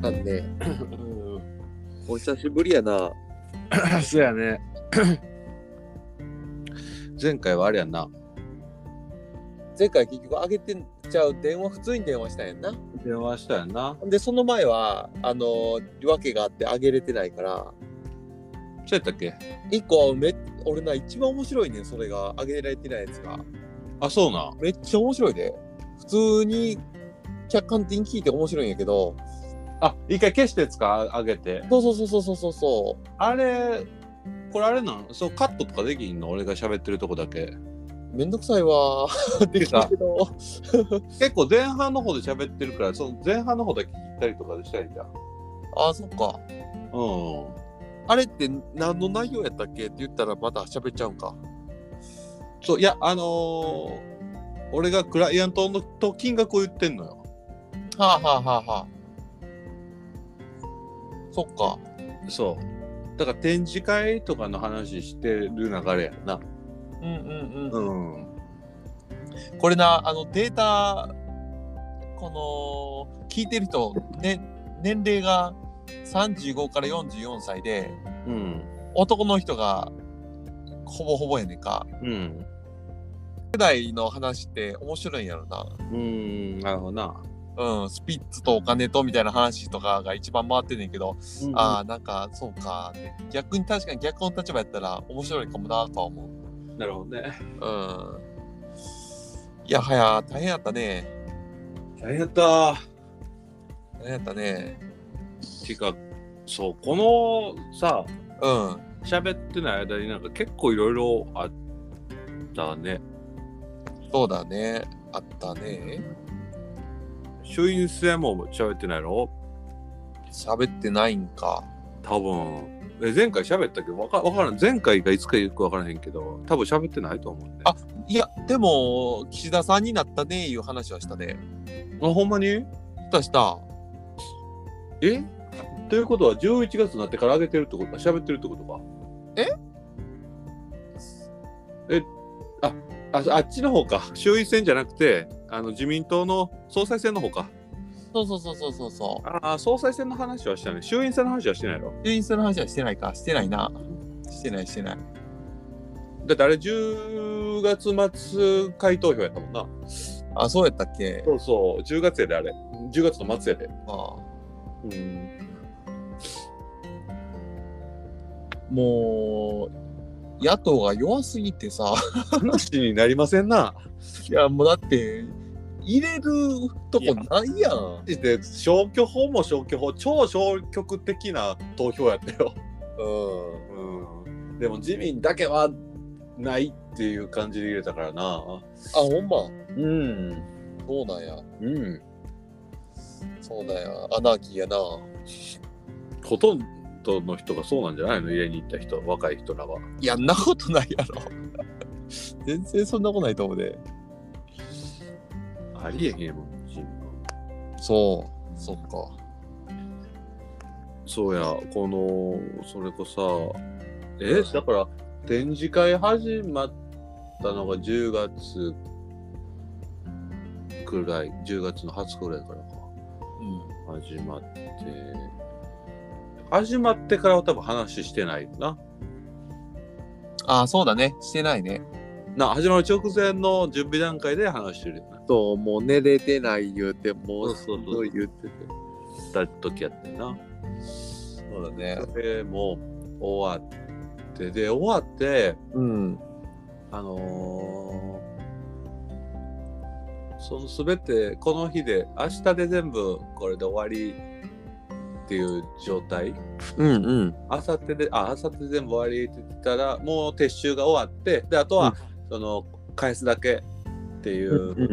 かんね。お久しぶりやな。 そうやね。前回はあれやんな。 前回結局あげてんちゃう、普通に電話したんやんな。 電話したやんな。 で、その前は、訳があってあげれてないから、 そうやったっけ？ 一個俺な、一番面白いねん、それが、あげられてないやつが。 あ、そうな。 めっちゃ面白いで。普通に客観的に聞いて面白いんやけど、 あ、一回消したやつかあげて。 そう。 あれ、これあれなんそう、カットとかできんの？俺が喋ってるとこだけ。 めんどくさいわ。できたけど。 結構前半の方で喋ってるから、その前半の方だけ聞いたりとかでしたいんじゃん。 あ、そっか。 うん。 あれって何の内容やったっけって言ったらまた喋っちゃうんか。 そう、いや、俺がクライアントのと金額を言ってんのよ。 はあ。そっか。 そう。だから展示会とかの話してる流れやんな。うん。 これな、データ、聞いてる人、ね、年齢が35から44歳で、 うん。 男の人がほぼやねんか。 うん。 世代の話って面白いんやろな。 なるほどな。 スピッツとお金とみたいな話とかが一番回ってんねんけど、なんかそうかって。逆に確かに逆の立場やったら面白いかもなとは思う。 なるほどね。 いやはや大変やったね。 大変やった。 大変やったね。 てか、そう、このさ、喋ってない間になんか結構いろいろあったね。 そうだね。あったね。 衆院選も喋ってないの？ 喋ってないんか。 多分。前回喋ったけど、わからん。前回がいつかよくわからへんけど、多分喋ってないと思うね。 あ、いや、でも、岸田さんになったねいう話はしたね。 あ、ほんまに？ した。 え？ということは11月になってから上げてるってことか、喋ってるってことか。あっちの方か。衆院選じゃなくて、自民党の総裁選の方か。 そう。 ああ、総裁選の話はしたね。衆院選の話はしてないの？ 衆院選の話はしてないか。してないな。してない。 だってあれ10月末回答票やったもんな。 あ、そうやったっけ？ そう、10月やであれ。10月の末やで。 もう、野党が弱すぎてさ。 話になりませんな。 いや、もうだって、入れるとこないやん。 で、消去法も消去法、超消極的な投票やったよ。でも自民だけはないっていう感じで入れたからな。 あ、ほんま。そうなんや。そうだよ。アナーキーやな。 ほとんどの人がそうなんじゃないの？入れに行った人、若い人らは。 いや、んなことないやろ。全然そんなことないと思うで。 ありえへんもん、 そっか。 そうや、それこそだから展示会始まったのが10月くらい、10月の20日くらいからか。始まってからは多分話してないよな。 あ、そうだね。してないね。 始まる直前の準備段階で話してるよな。 そう、もう寝れてない言うて、もうすごい言ってて。 た時やってんな。 そうだね。 それも終わって、その全てこの日で、明日で全部これで終わりっていう状態。明後日で全部終わりって言ったら、もう撤収が終わって、で、あとは、返すだけっていう、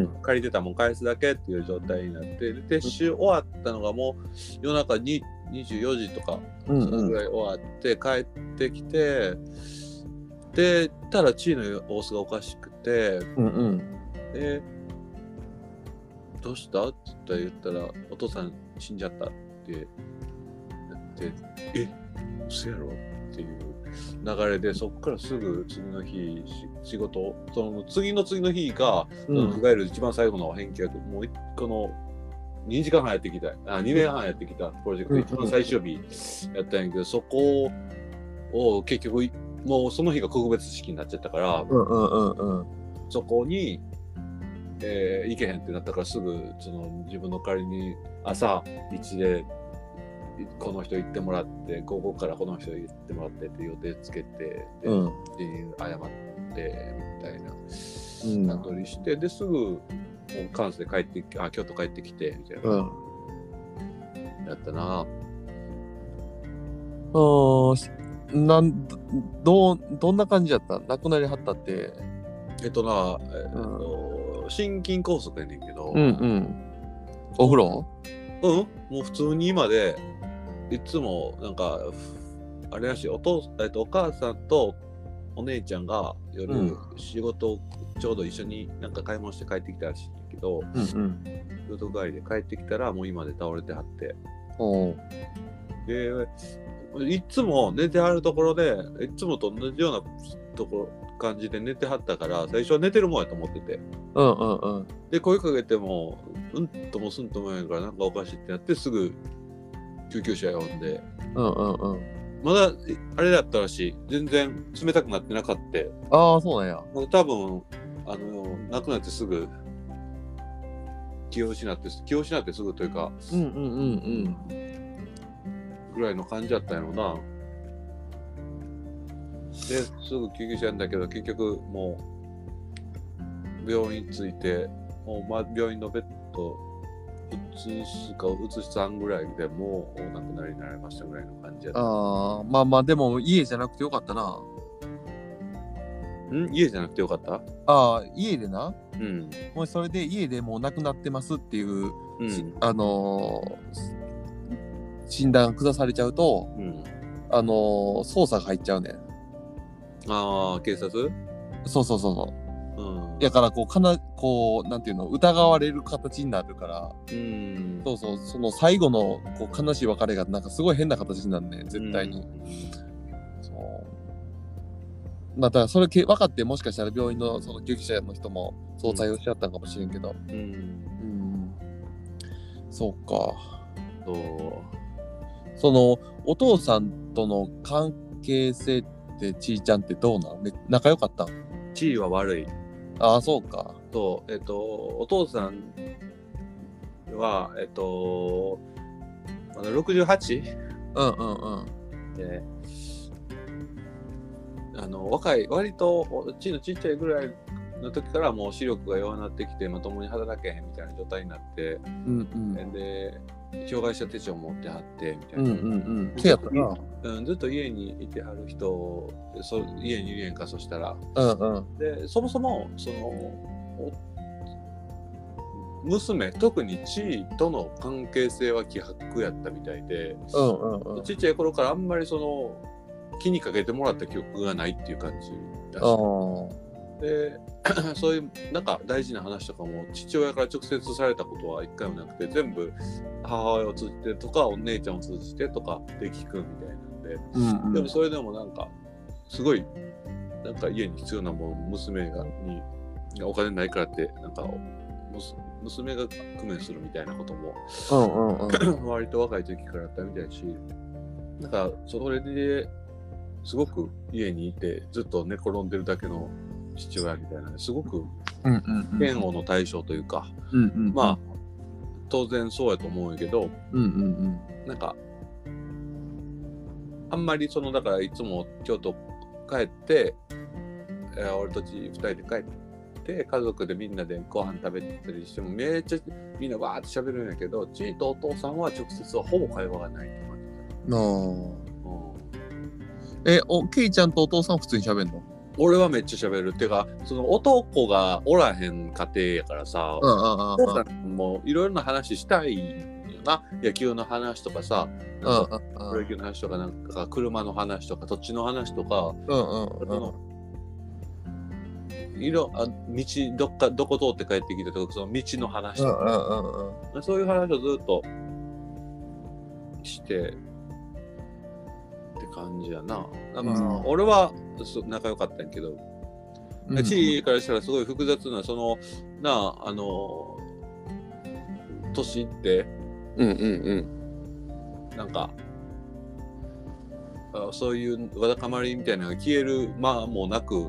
借りてたもん返すだけっていう状態になって、で、撤収終わったのがもう夜中に24時とか、そのぐらい終わって帰ってきて、で、ただ地位の様子がおかしくて、で、どうしたって言ったら、お父さん死んじゃったってなって、嘘やろっていう流れで、そこからすぐ次の日仕事、その次の日が、いわゆる一番最後の返却、もうこの 2時間半やってきた、2年半やってきたプロジェクト、一番最終日やったんやけど、そこを結局、もうその日が特別式になっちゃったから、そこに、行けへんってなったからすぐその自分の代わりに朝1でこの人行ってもらって午後からこの人行ってもらってって予定つけてで、謝ってみたいな段取りして、ですぐもう関西帰って京都帰ってきてみたいな、やったな。 どんな感じやった？亡くなりはったって。 心筋梗塞やねんけど、 お風呂？ もう普通に今でいつもなんかあれらしい、お母さんとお姉ちゃんが夜、仕事ちょうど一緒になんか買い物して帰ってきたらしいんだけど、仕事帰りで帰ってきたらもう今で倒れてはって、でいつも寝てはるところでいつもと同じようなところ感じで寝てはったから最初は寝てるもんやと思ってて、で声かけてもうんともすんともやからなんかおかしいってなってすぐ救急車呼んで、まだあれだったらしい、全然冷たくなってなかった。 ああそうなんや。 多分亡くなってすぐ気を失ってすぐというか、ぐらいの感じだったんやろうな。ですぐ救急車なんだけど結局もう病院着いてもう、病院のベッド移さんぐらいでもうお亡くなりになられましたぐらいの感じやった。 まあでも家じゃなくてよかったな。 家じゃなくてよかった？ 家でな、もうそれで家でもう亡くなってますっていう、診断下されちゃうと、捜査が入っちゃうねん。 警察？ そう。だからこうなんていうの、疑われる形になるから、その最後のこう悲しい別れがなんかすごい変な形になるね、絶対に。だからそれ分かってもしかしたら病院のその救急車の人もそう対応しちゃったのかもしれんけど、そうか。そのお父さんとの関係性ってちーちゃんってどうなん？仲良かった？ ちーは悪い。 そうか。 お父さんはまだ 68？ で若い割とちーのちっちゃいぐらいの時からもう視力が弱くなってきてまともに働けへんみたいな状態になって、で障害者手帳持ってはってみたいな、 そうやったな。 ずっと家にいてはる人家にいるやんか。そしたら、でそもそもその娘特にちーとの関係性は希薄やったみたいで、ちっちゃい頃からあんまりその気にかけてもらった記憶がないっていう感じだし、でそういうなんか大事な話とかも父親から直接されたことは一回もなくて、全部母親を通じてとかお姉ちゃんを通じてとかで聞くみたいなんで、でもそれでもなんかすごいなんか家に必要なもの娘にお金ないからってなんか娘が工面するみたいなことも、割と若い時からやったみたいし、なんかそれですごく家にいてずっと寝転んでるだけの父親みたいな、すごく嫌悪の対象というか、まあ当然そうやと思うんやけど、なんかあんまりだからいつも京都帰って、俺たち2人で帰って家族でみんなでご飯食べたりしてもめっちゃみんなわーって喋るんやけど、ちーとお父さんは直接はほぼ会話がないって感じ。 ケイちゃんとお父さん普通に喋んの？ 俺はめっちゃ喋る。てかその男がおらへん家庭やからさ、お父さんもいろいろな話したいよな。野球の話とかさ、プロ野球の話とか、なんか車の話とか土地の話とか、道どこ通って帰ってきたとか、その道の話とか、そういう話をずっとしてって感じやな。だから俺は仲良かったんやけど、チーからしたらすごい複雑な年いって、 うんうんなんかそういうわだかまりみたいなのが消えるまあもうなく、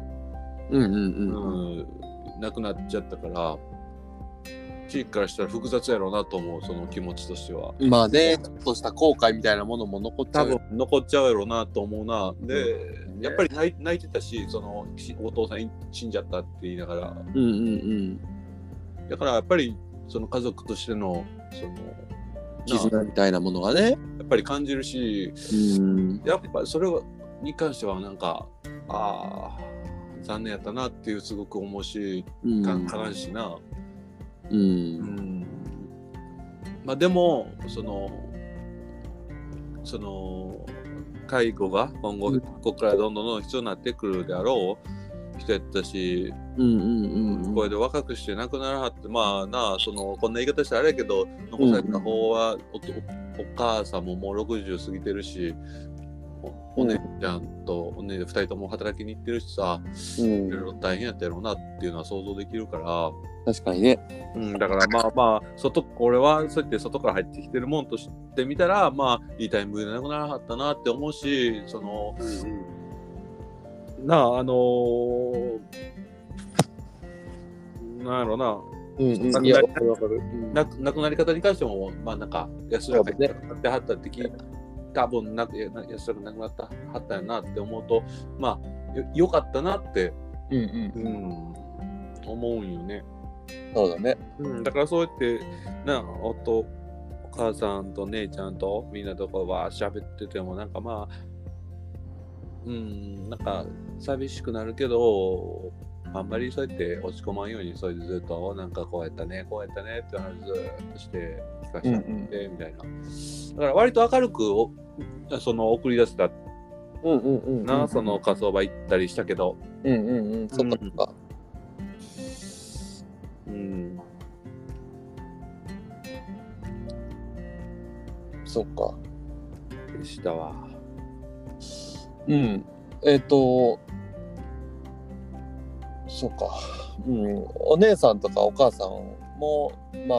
なくなっちゃったから、地域からしたら複雑やろうなと思う、その気持ちとしては。 まあね、ちょっとした後悔みたいなものも残っちゃう。 多分残っちゃうやろうなと思うな。で、やっぱり泣いてたし、そのお父さん死んじゃったって言いながら。だからやっぱりその家族としてのその絆みたいなものがね、 やっぱり感じるし、やっぱそれに関してはなんか残念やったなっていうすごく思うし、悲しいな。まあでもその介護が今後ここからどんどん必要になってくるであろう人やったし、これで若くして亡くならはって、まあなあ、そのこんな言い方したらあれやけど、残された方はお母さんももう60過ぎてるし、お姉ちゃんとお姉2人とも働きに行ってるしさ、いろいろ大変やったやろうなっていうのは想像できるから。 確かにね。 だからまあ俺はそうやって外から入ってきてるもんとしてみたら、まあいいタイミングでなくならはったなって思うし、その、なんやろな、亡くなり方に関しても、まあなんか安らかに亡くなってはったって聞いて、多分安らかに亡くなったはったやなって思うと、まあよかったなって思うんよね。 そうだね。 だからそうやってお母さんと姉ちゃんとみんなとこは喋っててもなんかまあなんか寂しくなるけど、あんまりそうやって落ち込まんように、それでずっとなんかこうやったねって話ずっとして聞かせてあげてみたいな。だから割と明るくその送り出せたな、その火葬場行ったりしたけど。 そっかそっか。そっか。 でしたわ。 そうか。お姉さんとかお母さんもま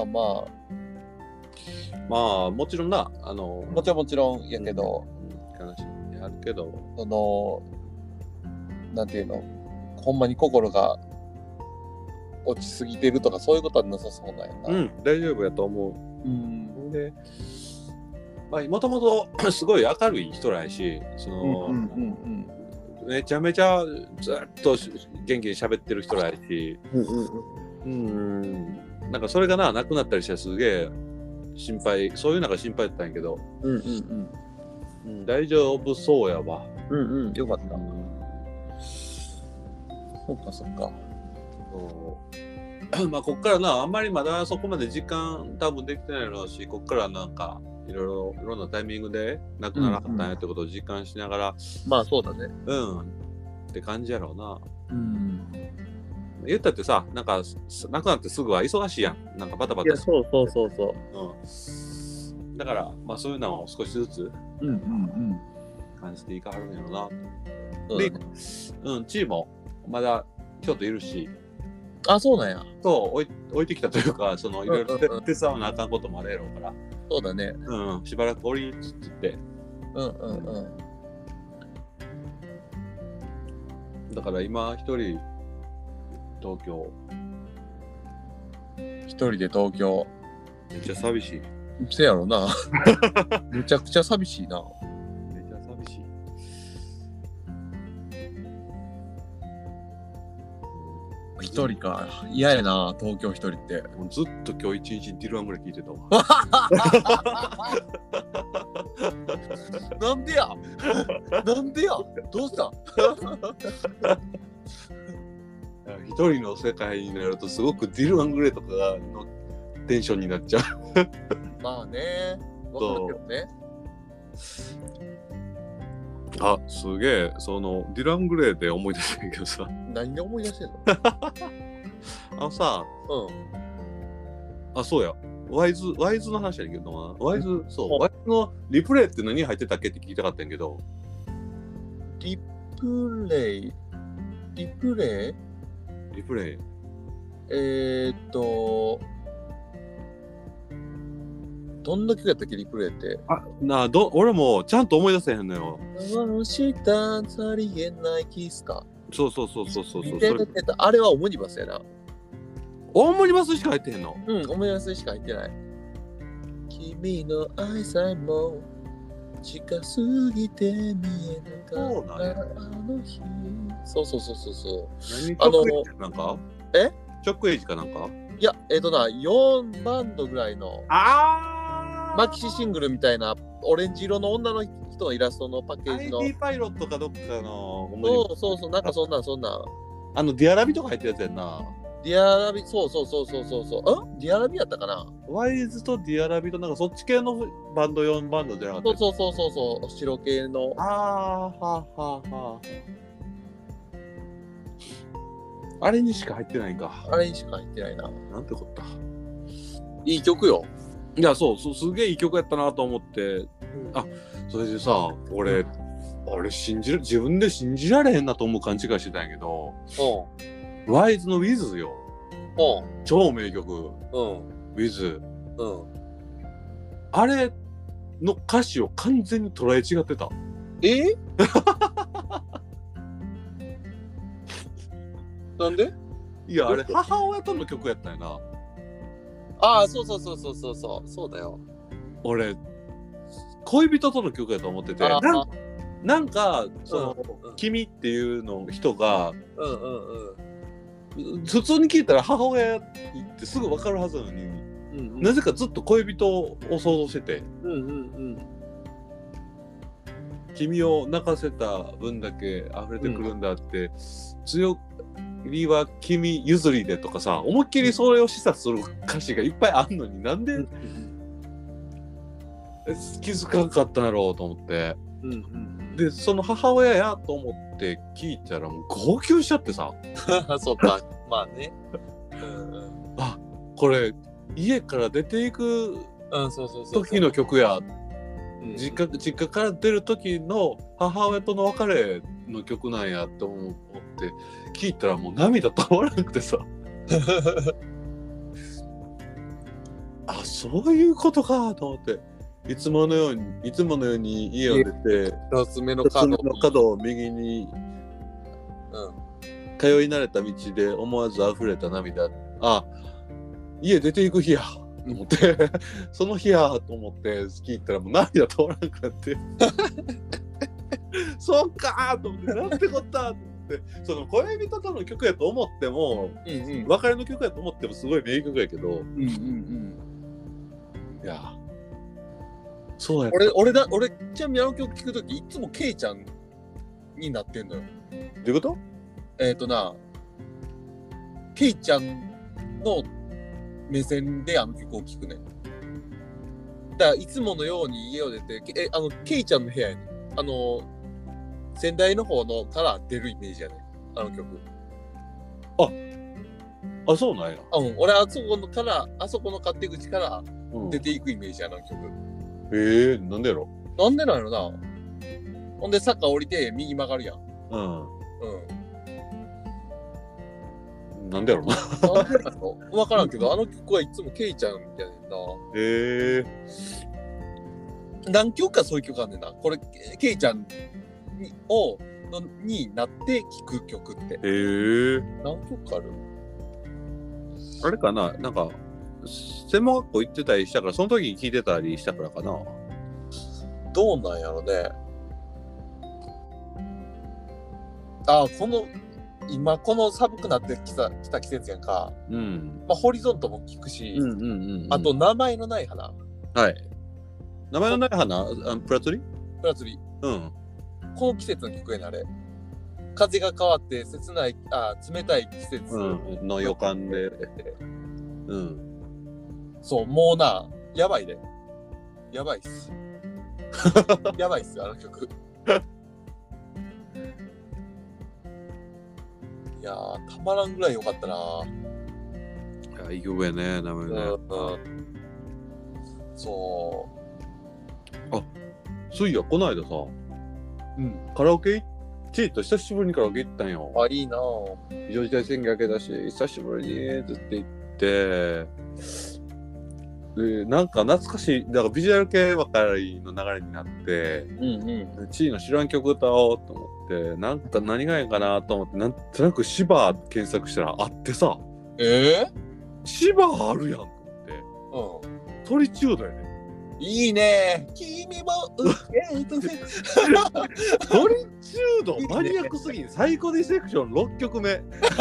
あもちろんな、 もちろんやけど、 悲しいあるけど、 そのなんていうの、ほんまに心が落ちすぎてるとかそういうことはなさそうなんやな。 大丈夫やと思う。で、まあもともとすごい明るい人らやし、そのめちゃめちゃずっと元気に喋ってる人らやし、なんかそれがなくなったりしたらすげえ心配、そういうのが心配だったんやけど、大丈夫そうやわ。 よかった。そっかそっか。 まあこっからな、あんまりまだそこまで時間多分できてないだろうし、こっからなんかいろんなタイミングで亡くならなかったんやってことを実感しながら、 まあそうだね。 って感じやろうな。言ったってさ、なんか亡くなってすぐは忙しいやん。なんかバタバタ。 そう。 だからまあそういうのを少しずつ感じていかはるんやろうな。で、チーもまだ京都いるし。 あ、そうなんや。 そう置いてきたというか、そのいろいろ手伝わなあかんこともあるやろうから。 そうだね。 しばらく降りつつって。だから今一人東京。 一人で東京。 めっちゃ寂しい。 せやろな。めちゃくちゃ寂しいな。 めっちゃ寂しい。 一人か。嫌やな、東京一人って。 もうずっと今日一日ディルワンぐらい聞いてたわ。 なんでやどうした一人の世界になるとすごくディル・ワングレーとかのテンションになっちゃう。 まあね、わかるけどね。 あ、すげえ、そのディル・ワングレーで思い出したんやけどさ。 何で思い出してんの？ さ、あ、そうや、ワイズの話やけどな。ワイズのリプレイって何入ってたっけって聞きたかったんやけど。 リプレイどんな曲やったっけ、リプレイって。 俺もちゃんと思い出せへんのよ。 したさりげないキスか。 そう。 あれはオムニバスやな。 オムニバスしか入ってへんの？ うん、オムニバスしか入ってない。君の愛さえも近すぎて見えなかったあの日。そう。 何直エイジなんか？直エイジかなんか？ いや、4バンドぐらいのマキシシングルみたいなオレンジ色の女の人のイラストのパッケージの IT パイロットかどっかの。 そう、なんかそんなんディアラビとか入ってるやつやんな。 ディアラビ、そう。ディアラビやったかな。 ワイズとディアラビとなんかそっち系のバンド4バンドじゃなかった。 そう、白系の。 あれにしか入ってないんか。 あれにしか入ってないな。 なんてこった。 いい曲よ。 いや、そうすげえいい曲やったなと思って、それでさ、俺自分で信じられへんなと思う勘違いしてたんやけど、ワイズの Wiz よ。超名曲。Wiz。あれの歌詞を完全に捉え違ってた。 なんで？ いや、あれ母親との曲やったよな。 そうだよ。 俺恋人との曲やと思ってて、なんか君っていうの人が、普通に聞いたら母親ってすぐ分かるはずなのに、なぜかずっと恋人を想像してて、君を泣かせた分だけ溢れてくるんだって、強りは君譲りでとかさ、思いっきりそれを示唆する歌詞がいっぱいあんのに、なんで気づかなかったんだろうと思って、でその母親やと思って聞いたらもう号泣しちゃってさそうか、まあね、 これ家から出ていく時の曲や、実家から出る時の母親との別れの曲なんやと思って聞いたらもう涙止まらなくてさそういうことかと思って、いつものように家を出て 2つ目の角を右に、通い慣れた道で思わず溢れた涙、家出ていく日やと思ってその日やと思って聞いたらもう涙止まらなくなってそっかーと思って、なんてこったと思って、その恋人との曲やと思っても、別れの曲やと思ってもすごい名曲やけど、いやそうや。 俺ちなみにあの曲聴くときいつもケイちゃんになってんのよ。 どういうこと？ ケイちゃんの目線であの曲を聴くね。だからいつものように家を出て、ケイちゃんの部屋やね。仙台の方のから出るイメージやね。あの曲。 そうなんや。 俺あそこの勝手口から出ていくイメージやな、曲。 なんでやろ？ なんでなんやろな。ほんで坂降りて右曲がるやん。 なんでやろな。 なんでやろ？分からんけど、あの曲はいつもケイちゃんやねんな。何曲かそういう曲あんねんな。これケイちゃんになって聴く曲って。何曲かある？ あれかな、なんか専門学校行ってたりしたから、その時に聴いてたりしたからかな。 どうなんやろね。今この寒くなってきた季節やんか。ホリゾントも聞くし、あと名前のない花。名前のない花、プラツリ。この季節の曲やね、あれ。風が変わって冷たい季節の予感で。 そう、もうな、やばいで。やばいっす。やばいっす、あの曲。いやー、たまらんぐらい良かったな。 いい曲やね、名前ね。そういや、この間さ、カラオケチート久しぶりにカラオケ行ったんよ。 いいなぁ。 非常事態宣言明けだし、久しぶりにずっと行って、 なんか懐かしい、だからビジュアル系ばかりの流れになって、地位の知らん曲歌おうと思って、なんか何がいいかなと思って、なんとなく芝検索したらあってさ、芝あるやんと思って、トリチュードやね。 いいね。君も受け止め。 トリチュードマニアックすぎん。サイコディセクション6曲目。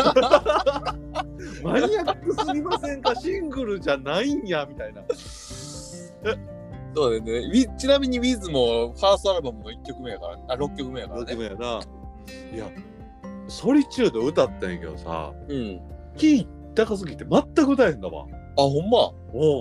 マニアックすぎませんか？シングルじゃないんやみたいな。 そうだよね。ちなみに Wiz もファーストアルバムの1曲目やから、6曲目やからね。 6曲目やな。いや、ソリチュード歌ったんやけどさ、キー高すぎて全く歌えへんだわ。 あ、ほんま。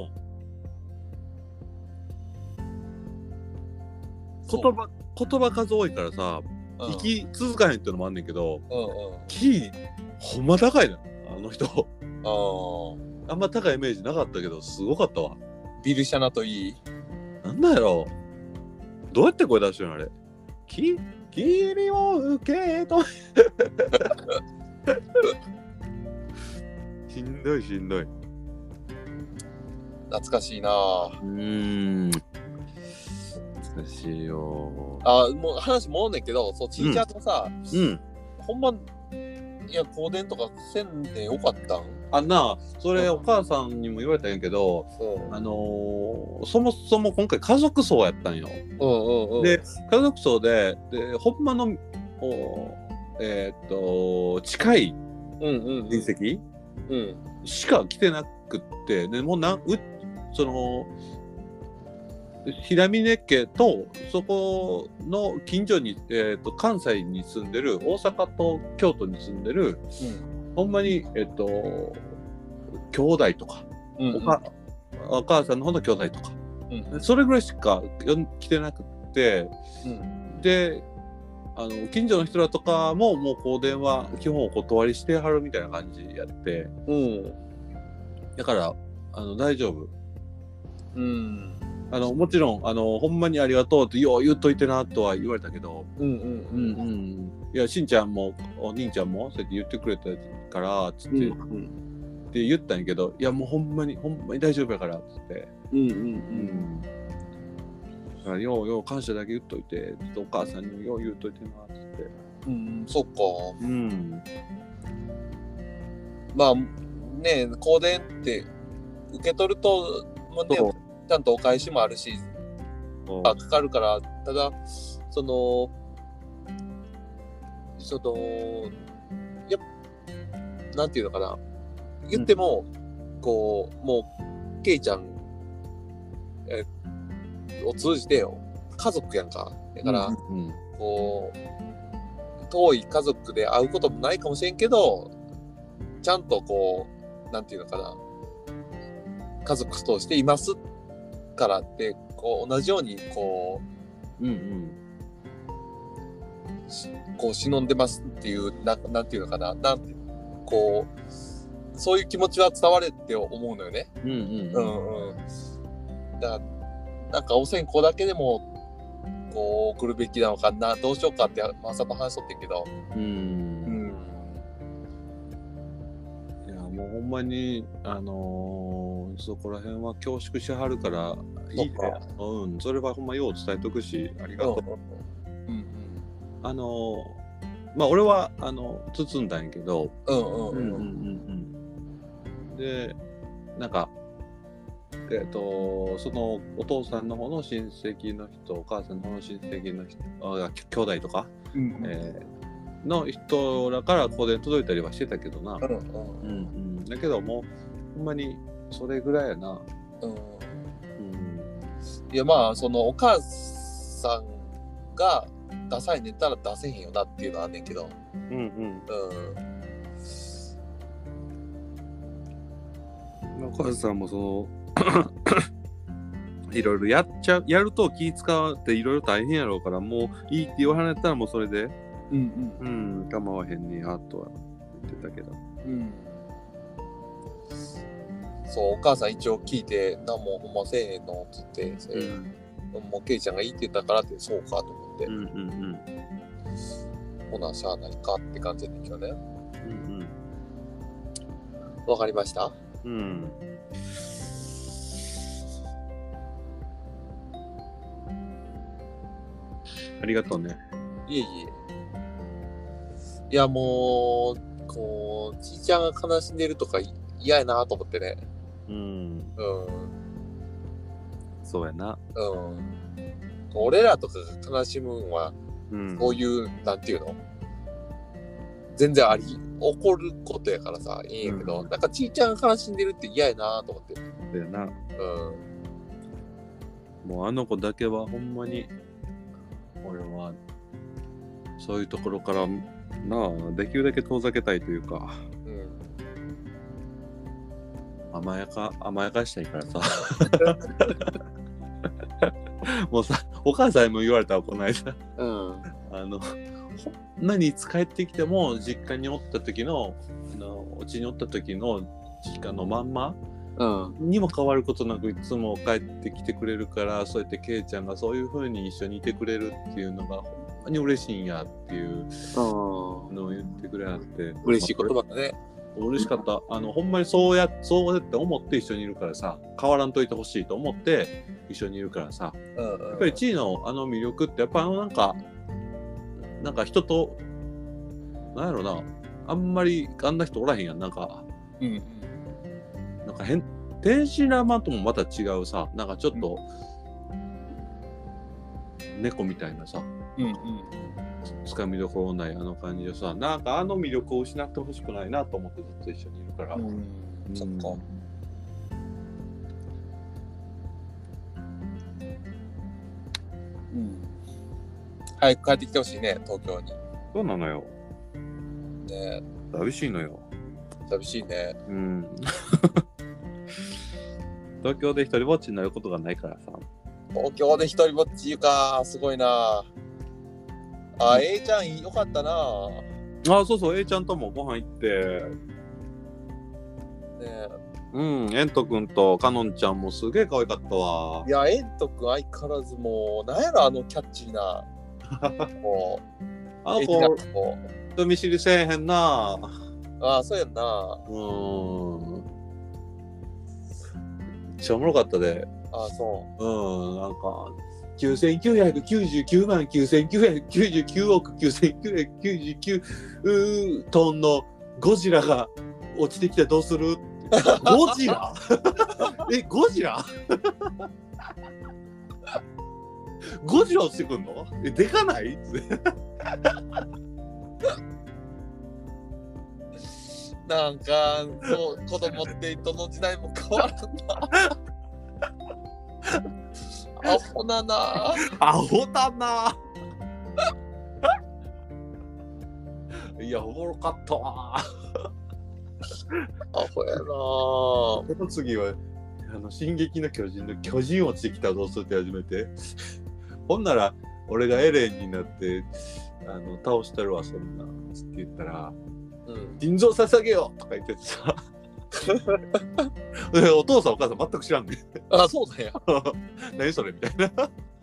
言葉数多いからさ、息続かへんってのもあんねんけど、キーほんま高いな、あの人。あんま高いイメージなかったけど、すごかったわ。 ビルシャナといい。 なんだやろう。どうやって声出してるのあれ。君を受け止め。しんどい。 懐かしいな。 懐かしいよ。 もう話戻んねんけど、そう、ちいちゃんとさ、ほんま、いや、香典とかせんでよかったん？ それお母さんにも言われたんやけど、そもそも今回家族葬やったんよ。で、家族葬でほんまの近い親戚しか来てなくって、でもうその平峰家とそこの近所に、関西に住んでる、大阪と京都に住んでる、ほんまに兄弟とか、お母さんの方の兄弟とか、それぐらいしか来てなくって、で近所の人らとかももう香典は基本お断りしてはるみたいな感じやって、だから大丈夫。もちろんほんまにありがとうってよう言っといてなとは言われたけど、いやしんちゃんもお兄ちゃんもそうやって言ってくれたからつって、って言ったんやけど、いやもうほんまに大丈夫やからっつって、だからよう感謝だけ言っといて、ちょっとお母さんにもよう言っといてなっつって。 そっか。まあね、香典って受け取るともうね、ちゃんとお返しもあるし、かかるから、ただなんていうのかな、言っても、こうもうケイちゃんを通じてよ、家族やんか。だから、こう遠い家族で会うこともないかもしれんけど、ちゃんとこうなんていうのかな、家族としていますからって、こう同じようにこう、こう忍んでますっていう、なんていうのかな、こうそういう気持ちは伝われって思うのよね。だからなんかお線香だけでもこう送るべきなのかな、どうしようかって朝と話しとってんけど、 いやもうほんまにそこら辺は恐縮しはるからいいね。それはほんまよう伝えとくし、ありがとう。まあ俺は包んだんやけど、でなんかそのお父さんの方の親戚の人、お母さんの方の親戚の人、兄弟とか、の人らから香典届いたりはしてたけどな。だけどもうほんまにそれぐらいやな。 いやまあそのお母さんがダサい寝たら出せへんよなっていうのはあんねんけど、 お母さんもそのいろいろやると気使っていろいろ大変やろうから、もういいって言わはんやったらもうそれで構わへんねやとは言ってたけど、 そうお母さん一応聞いて、何もほんませえへんのっつって、もうケイちゃんがいいって言ったからって、そうかと思って、ほなしゃあないかって感じだけどね。わかりました。 ありがとうね。 いえいえ。いや、もう、こう、ちいちゃんが悲しんでるとか嫌やなと思ってね。 うん。 うん。 そうやな。 うん。俺らとかが悲しむんは、そういう、なんていうの全然起こることやからさ、いいんやけど、なんかちいちゃんが悲しんでるって嫌やなと思って。 そうやな。もうあの子だけはほんまに、俺は、そういうところからなあ、できるだけ遠ざけたいというか、甘やかしたいからさ。もうさ、お母さんにも言われたわ、この間。何いつ帰ってきても、実家におった時の、うちにおった時の実家のまんま、にも変わることなくいつも帰ってきてくれるから、そうやってケイちゃんがそういう風に一緒にいてくれるっていうのがほんまに嬉しいんやっていうのを言ってくれはって、 嬉しい言葉だね。 嬉しかった。ほんまにそうやって思って一緒にいるからさ、変わらんといてほしいと思って一緒にいるからさ、やっぱり地位の魅力ってやっぱなんか人となんやろな、あんまりあんな人おらへんやん。なんか天使玉ともまた違うさ、なんかちょっと、猫みたいなさ、つかみどころない感じでさ、なんか魅力を失ってほしくないなと思ってずっと一緒にいるから。 そっか。早く帰ってきてほしいね、東京に。 そうなのよ。 ね、 寂しいのよ。 寂しいね。 東京で一人ぼっちになることがないからさ。 東京で一人ぼっちか、すごいな。A ちゃんよかったな。 そうそう、A ちゃんともご飯行って。エント君とかのんちゃんもすげえ可愛かったわ。 いや、エント君相変わらずもう、なんやろキャッチーな。もう、 人見知りせえへんな。 そうやんな。 めっちゃおもろかったで。 そう。 なんか、9999万9999億9999トンのゴジラが落ちてきてどうする？ゴジラ？ゴジラ？ゴジラ落ちてくんの？でかない？ なんかそう子供ってどの時代も変わるな。アホだな。 いや、おもろかったわ。 アホやな。 この次は進撃の巨人の巨人落ちてきたらどうするって始めて。ほんなら俺がエレンになって倒したるわそんなつって言ったら、心臓捧げようとか言っててさ。お父さんお母さん全く知らんねん。 そうだよ。 何それみたいな。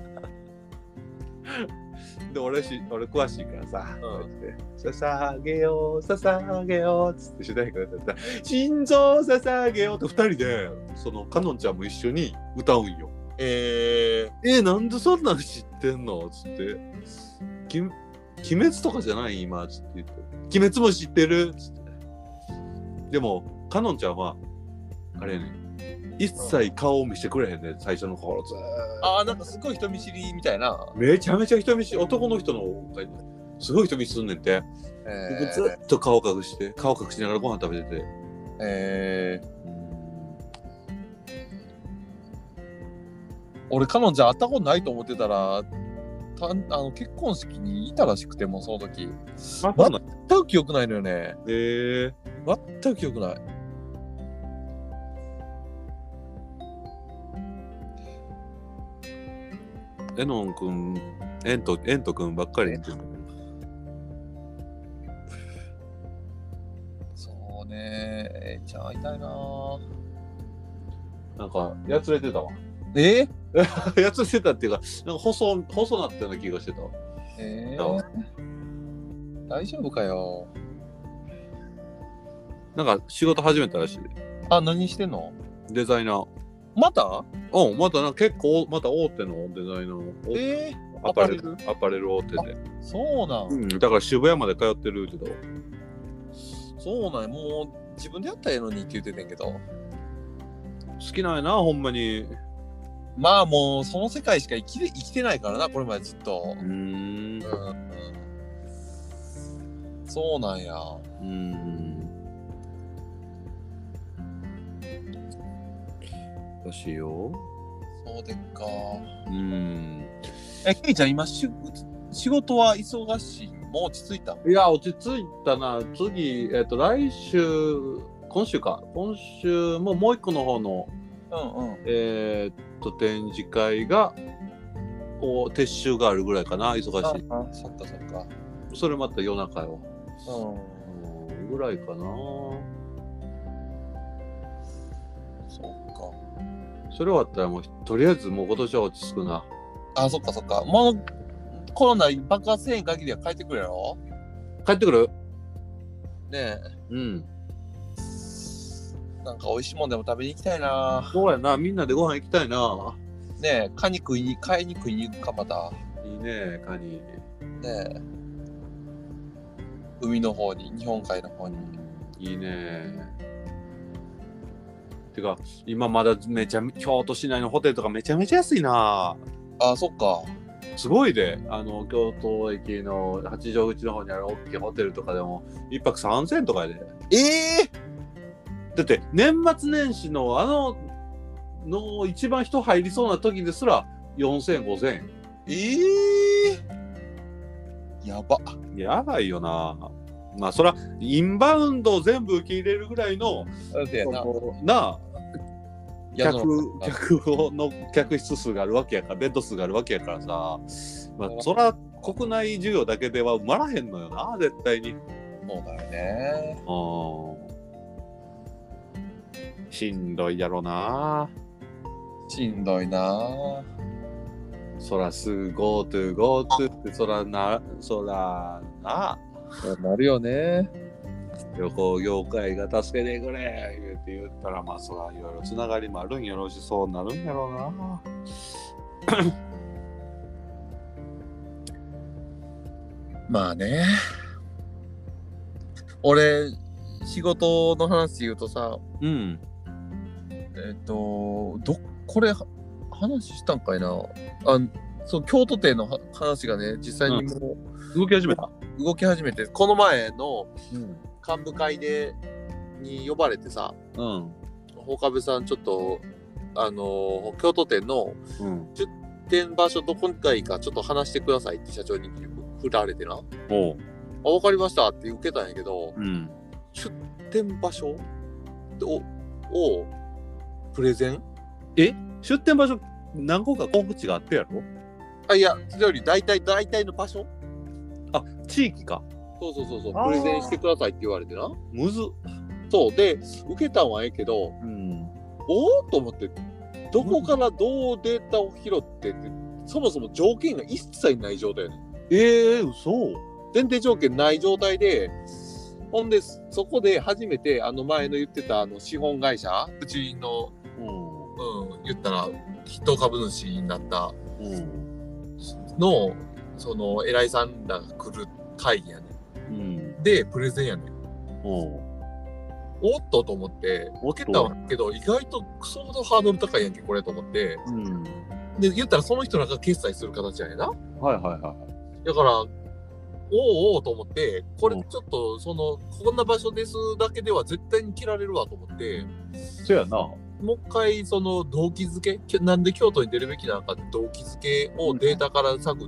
で俺詳しいからさ、捧げよう捧げようっつって主題歌歌ったら心臓捧げようって2人でそのかのんちゃんも一緒に歌うんよ。なんでそんなの知ってんのつって鬼滅とかじゃない今つって言って鬼滅も知ってるつってでもかのんちゃんはあれね一切顔を見せてくれへんね最初の頃ずーなんかすごい人見知りみたいな。 めちゃめちゃ人見知り男の人のすごい人見知りすんねんって、ずっと顔隠しながらご飯食べてて俺かのんちゃん会ったことないと思ってたら結婚式にいたらしくてもその時全く記憶ないのよね。全く記憶ない。 エノン君エント君ばっかり言ってる。 そうねじゃあ会いたいな。 なんかやつれてたわ。やつれてたっていうかなんか細なったような気がしてた。 大丈夫かよ。 なんか仕事始めたらしい。 何してんの？ デザイナー。 またまた結構また大手のデザイナー、アパレル大手で。 そうなん、 だから渋谷まで通ってるけど。 そうなんや、もう自分でやったらええのにって言ってたんやけど。好きなんやな、ほんまに。 まあもうその世界しか生きてないからな、これまでずっと。そうなんや。 どうしよう。 そうでっか。ケイちゃん今仕事は忙しい？もう落ち着いた？ いや、落ち着いたな。次、来週、今週ももう一個の方の、展示会が撤収があるぐらいかな。忙しい。 そっかそっか。 それまた夜中よ。ぐらいかな。 そっか。 それ終わったらもうとりあえずもう今年は落ち着くな。 そっかそっか。もうコロナ爆発せん限りは帰ってくるやろ？ 帰ってくる？ ねえ。なんか美味しいもんでも食べに行きたいな。 そうやな、みんなでご飯行きたいな。 ねえ、買いに食いに行くかまた。 いいね、カニ。 ねえ。海の方に、日本海の方に。 いいね。てか、今まだ京都市内のホテルとかめちゃめちゃ安いな。 そっか。 すごいで、京都駅の八丈口の方にある大きいホテルとかでも1泊3000円とかやで。だって年末年始のの一番人入りそうな時ですら4000円5000円。やばいよな。まあそらインバウンドを全部受け入れるぐらいの客室数があるわけやから、ベッド数があるわけやからさ、まあ、そら国内需要だけでは埋まらへんのよな、絶対に。 そうだよね。 しんどいやろな。 しんどいな。 そらGoTo ってそらなるよね。 旅行業界が助けてくれ言ったら、まあそらいろいろつながりもあるんやろうし、そうなるんやろうな。 まあね。俺仕事の話言うとさ、これ話したんかいな。そう京都店の話がね、実際にもう動き始めて、この前の幹部会に呼ばれてさ、岡部さんちょっと京都店の出店場所どこがいいかちょっと話してくださいって社長に振られてな。分かりましたって受けたんやけど、出店場所をプレゼン？ 出店場所何個か候補地があってやろ？ いや、それより大体の場所？ 地域か。 そうプレゼンしてくださいって言われてな。 むず。 そうで受けたんはええけど、おと思って、どこからどうデータを拾ってってそもそも条件が一切ない状態やねん。 嘘。 前提条件ない状態で、ほんでそこで初めて前の言ってた資本会社、うちの言ったら筆頭株主になったのその偉いさんらが来る会議やねん。でプレゼンやねん。おっと思って受けたわけど、意外と相当ハードル高いやんけこれと思って、で言ったらその人らが決済する形やねんな。だからおうと思って、これちょっとこんな場所ですだけでは絶対に切られるわと思って、 そうやな。 もう一回動機づけ、なんで京都に出るべきなのかって動機づけをデータから探って、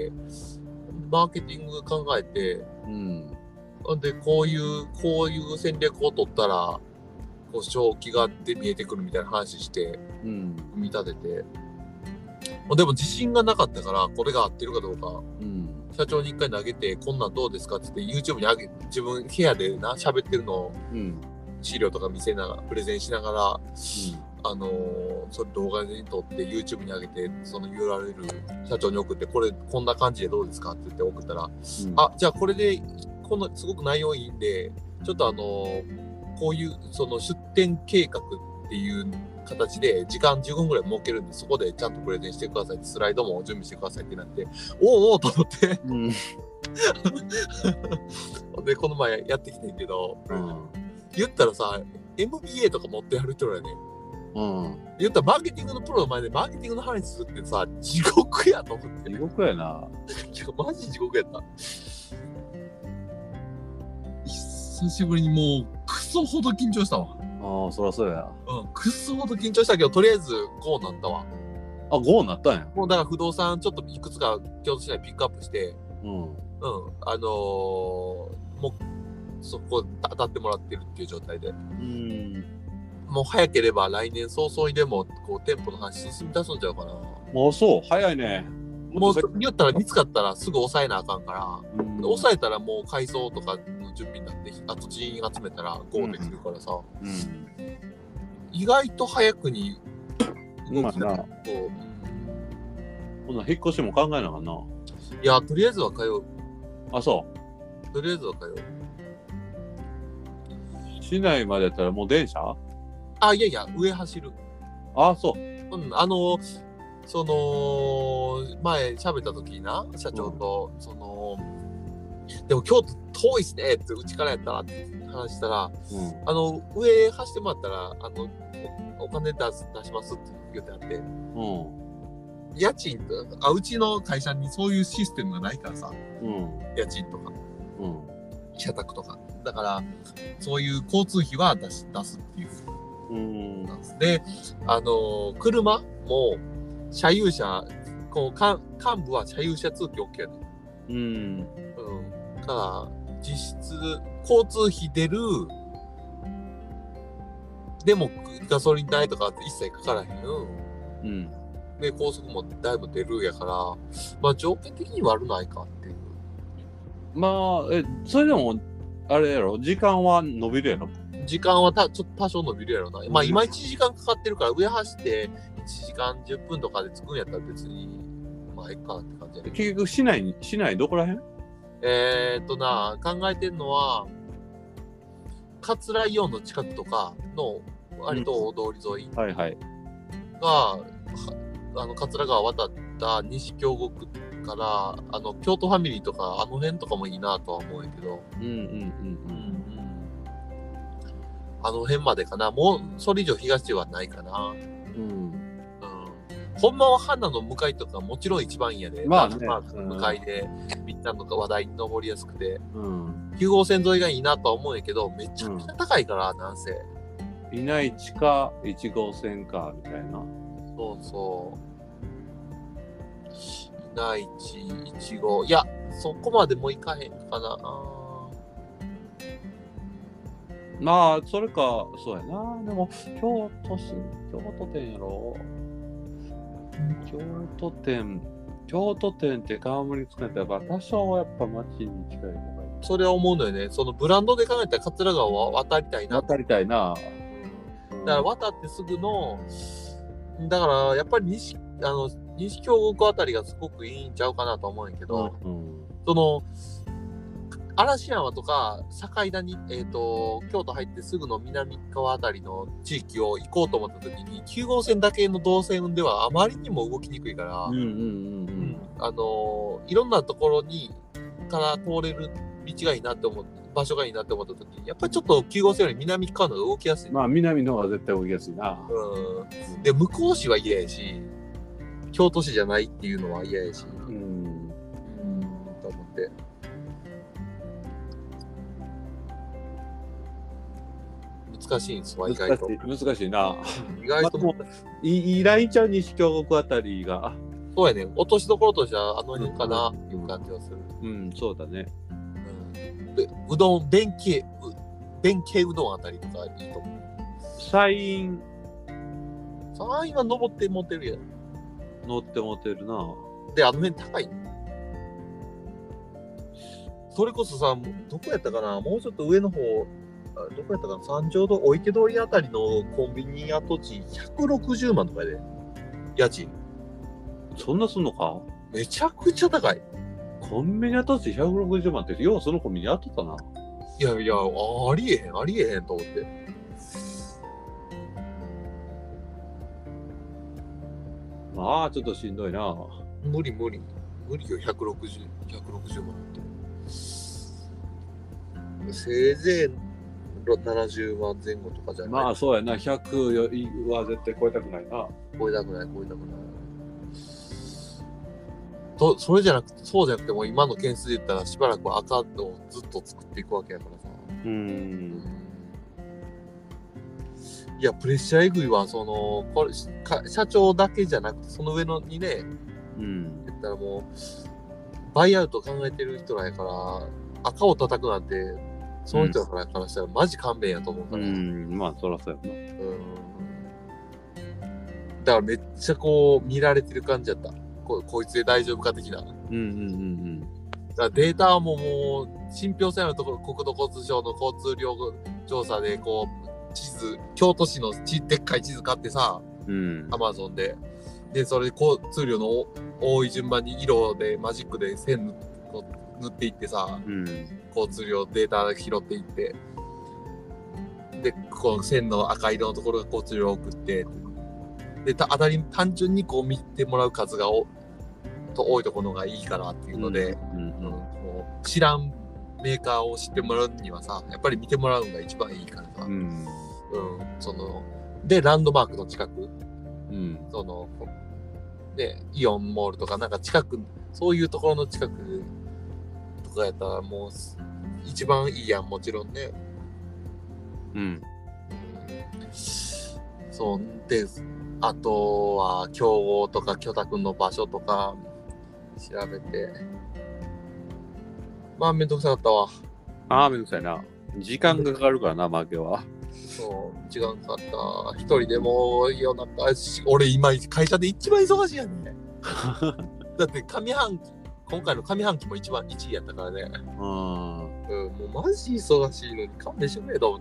マーケティング考えて、でこういう戦略を取ったら勝機が見えてくるみたいな話して、見立てて、でも自信がなかったからこれが合ってるかどうか、社長に一回投げて、こんなんどうですかって言って YouTube に上げ、自分部屋で喋ってるのを、資料とか見せながらプレゼンしながら、それ動画に撮って YouTube に上げて、その URL 社長に送って、こんな感じでどうですかって言って送ったら、じゃあこれですごく内容いいんで、ちょっとこういうその出店計画っていう形で時間15分ぐらい設けるんで、そこでちゃんとプレゼンしてくださいって、スライドも準備してくださいってなって、おおと思って、でこの前やってきてんけど、言ったらさ MBA とか持ってやる人らやね、言ったらマーケティングのプロの前でマーケティングの話するってさ、地獄やと思って。 地獄やな。 マジ地獄やった。久しぶりにもうクソほど緊張したわ。 ああ、そりゃそうや。 クソほど緊張したけど、とりあえず5になったわ。 あ、5になったんや。 もうだから不動産ちょっといくつか京都市内ピックアップして、もうそこ当たってもらってるっていう状態で。もう早ければ来年早々にでもこう店舗の話進み出すんちゃうかな。 もうそう、早いね。 もう言ったら見つかったらすぐ抑えなあかんから、抑えたらもう改装とかの準備になって、あと人員集めたら GO できるからさ、意外と早くに動きなこう、こんな引っ越しも考えなあかんな。 いや、とりあえずは通う。 あ、そう。 とりあえずは通う。 市内までやったらもう電車？ あ、いやいや、上走る。 あ、そう。 その前喋った時にな、社長と、でも京都遠いっすねってうちからやったらって話したら、上走ってもらったらお金出しますって言ってあって、家賃とうちの会社にそういうシステムがないからさ、家賃とか、社宅とかだからそういう交通費は出すっていう。で、車も車有車、こう幹部は車有車通勤 OK やね。から実質交通費出る。でもガソリン代とか一切かからへん。で高速もだいぶ出るやから、まあ条件的に悪ないかっていう。 まあそれでもあれやろ、時間は伸びるやろ。 時間はちょっと多少伸びるやろな。まあ今1時間かかってるから、上走って1時間10分とかで着くんやったら別にまあいいかって感じやね。 結局市内どこらへん？ 考えてるのは桂イオンの近くとかの割と大通り沿いが、桂川渡った西京極から京都ファミリーとかあの辺とかもいいなとは思うんやけど、あの辺までかな。もうそれ以上東はないかな。ほんまは花の向かいとかもちろん一番いいやで、まあね、向かいでみんなの話題に上りやすくて、9号線沿いがいいなとは思うんやけど、めちゃくちゃ高いから、なんせ。 いない地か1号線かみたいな。 そうそう。いない地1号、いやそこまでもいかへんかな。 まあそれかそうやな。でも京都店やろ。京都店って冠つけたら多少はやっぱ街に近い方がいい。 それは思うのよね。そのブランドで考えたら桂川は渡りたいな。 渡りたいな。 だから渡ってすぐの、だからやっぱり西京極あたりがすごくいいんちゃうかなと思うんやけど、その嵐山とか境田に、京都入ってすぐの南側あたりの地域を行こうと思った時に9号線だけの動線ではあまりにも動きにくいから、いろんなところにから通れる道がいいなって思って場所がいいなって思った時にやっぱりちょっと9号線より南側の方が動きやすい。 まあ南の方が絶対動きやすいな。 で向こう市は嫌やし京都市じゃないっていうのは嫌やし、と思って。難しいんですわ、意外と。 難しいな。 意外と、 いいラインちゃう西京極あたりが。 そうやね。落としどころとしてはあの辺かなっていう感じはする。 そうだね。 うどん、弁慶うどんあたりとかいいと思う。 山陰は登って持てるやん。 乗って持てるな。 で、あの辺高い。それこそさ、どこやったかな、もうちょっと上の方、どこやったかな、三条通り、お池通りあたりのコンビニ跡地、160万とかで、家賃。 そんなすんのか？ めちゃくちゃ高い。 コンビニ跡地160万って、ようそのコンビニやってたな。 いや、ありえへんと思って。 ああ、ちょっとしんどいな。 無理よ、160万って。せいぜい70万前後とかじゃない。 まあそうやな、100は絶対超えたくないな。 超えたくない。そうじゃなくても今の件数で言ったらしばらく赤をずっと作っていくわけやからさ。いや、プレッシャーえぐいわ。これ社長だけじゃなくて、その上のにね、言ったらもう、バイアウト考えてる人らやから、赤を叩くなんて、その人らからしたらマジ勘弁やと思うから。 まあ、そらそうやな。 だからめっちゃこう、見られてる感じやった。こいつで大丈夫か的な。だからデータももう、信憑性のところ、国土交通省の交通量調査で、こう、京都市のでっかい地図買ってさ、アマゾンで。で、それで交通量の多い順番に色でマジックで線塗っていってさ、交通量データ拾っていって、で、この線の赤色のところが交通量を送って、で、単純にこう見てもらう数が多いところがいいからっていうので、もう知らんメーカーを知ってもらうにはさ、やっぱり見てもらうのが一番いいからさ、で、ランドマークの近く、で、イオンモールとかなんか近く、そういうところの近くとかやったらもう一番いいやん、もちろんね。そうで、あとは競合とか巨太の場所とか調べて、まあめんどくさかったわ。 めんどくさいな。時間がかかるからな、負けは。 そう、時間かかった。一人でも夜中、俺今会社で一番忙しいやんね。だって今回の上半期も一番1位やったからね。もうマジ忙しいのに勘弁してくれと思って。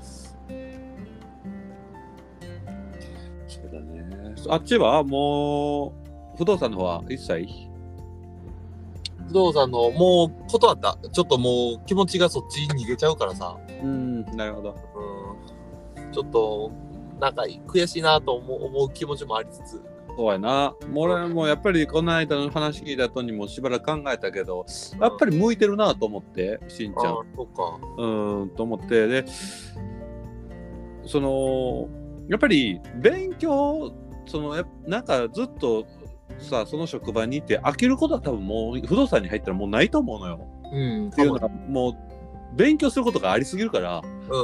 そうだね。あっちはもう不動産の方は一切不動産のもう断った。ちょっともう気持ちがそっちに逃げちゃうからさ。 なるほど。 ちょっとなんか悔しいなと思う気持ちもありつつ。 そうやな。俺もやっぱりこの間の話聞いた後にもしばらく考えたけど、やっぱり向いてるなと思って、しんちゃん。 そうか。 と思って、で、やっぱり勉強、なんかずっとさ、その職場にいて飽きることは多分もう不動産に入ったらもうないと思うのよ。っていうのはもう勉強することがありすぎるから、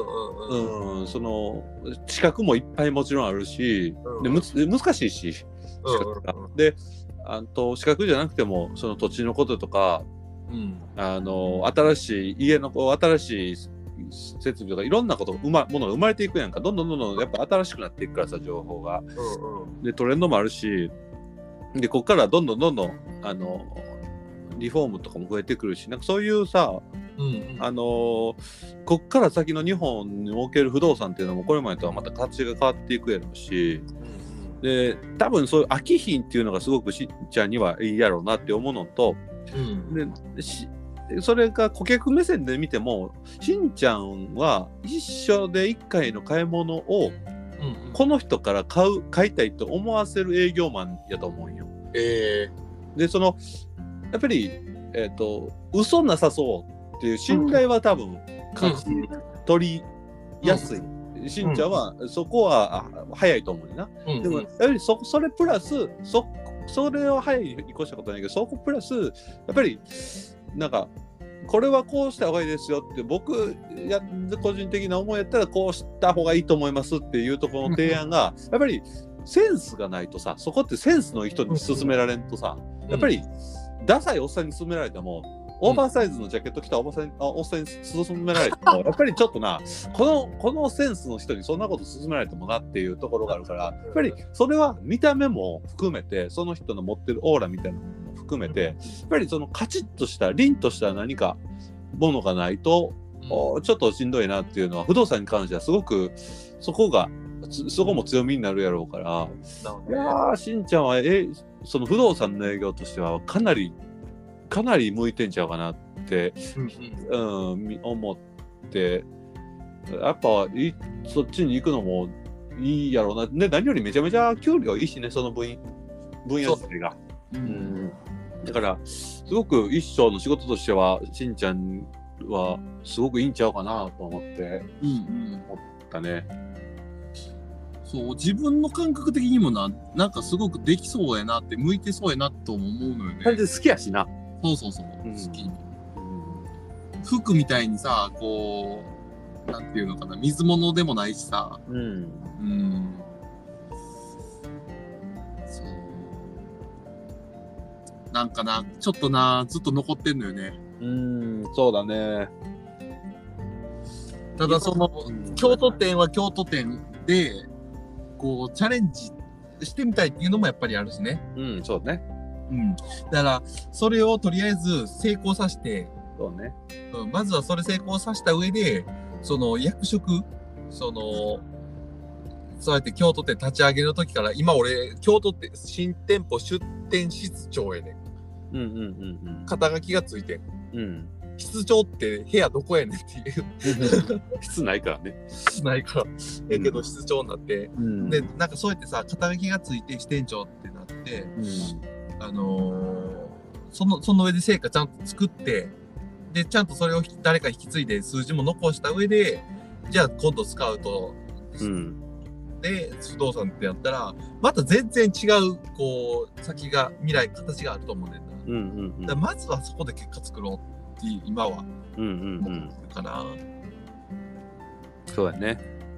資格もいっぱいもちろんあるし、で難しいし、資格が。で、資格じゃなくてもその土地のこととか、新しい家の新しい設備とかいろんなことものが生まれていくやんか。どんどんやっぱ新しくなっていくからさ、情報が。でトレンドもあるし、でこっからどんどんリフォームとかも増えてくるし、なんかそういうさ、こっから先の日本における不動産っていうのもこれまでとはまた形が変わっていくやろうし、で多分そういう飽き品っていうのがすごくしんちゃんにはいいやろうなって思うのと、でそれが顧客目線で見てもしんちゃんは一緒で1回の買い物をこの人から買いたいと思わせる営業マンやと思うんよ。でやっぱり嘘なさそうっていう信頼は多分取りやすい。しんちゃんはそこは早いと思うな。でもやっぱりそれプラスそれを早いに越したことないけど、そこプラスやっぱりなんかこれはこうした方がいいですよって僕個人的な思いやったらこうした方がいいと思いますっていうところの提案がやっぱりセンスがないとさ、そこってセンスの人に勧められんとさ、やっぱりダサいおっさんに勧められてもオーバーサイズのジャケット着たおっさんに勧められてもやっぱりちょっとなこのセンスの人にそんなこと勧められてもなっていうところがあるから、やっぱりそれは見た目も含めてその人の持ってるオーラみたいなのも含めてやっぱりそのカチッとした凛とした何かものがないとちょっとしんどいなっていうのは不動産に関してはすごくそこも強みになるやろうから、いやーしんちゃんはその不動産の営業としてはかなり向いてんちゃうかなって、思ってやっぱそっちに行くのもいいやろうな。で何よりめちゃめちゃ給料いいしね、その部員。 分野自体が。だからすごく一生の仕事としてはしんちゃんはすごくいいんちゃうかなと思って思ったね。 そう自分の感覚的にもなんかすごくできそうやなって向いてそうやなとも思うのよね。 好きやしな。 そう、好き。服みたいにさこうなんていうのかな水物でもないしさ。そうなんかなちょっとずっと残ってんのよね。 そうだね。 ただその京都店は京都店でこうチャレンジしてみたいっていうのもやっぱりあるしね。 そうね。 だからそれをとりあえず成功させて、 そうね。 まずはそれ成功させた上でその役職そうやって京都店立ち上げの時から今俺京都店新店舗出店室長やね。肩書きがついて。室長って部屋どこやねんっていう室ないからね。 室ないからやけど室長になって、でなんかそうやってさ肩書きがついて支店長ってなって、その上で成果ちゃんと作ってでちゃんとそれを誰か引き継いで数字も残した上でじゃあ今度スカウト、で不動産ってやったらまた全然違うこう先が未来形があると思うねんな。だからまずはそこで結果作ろうって今は思ってるかな。 そうやね。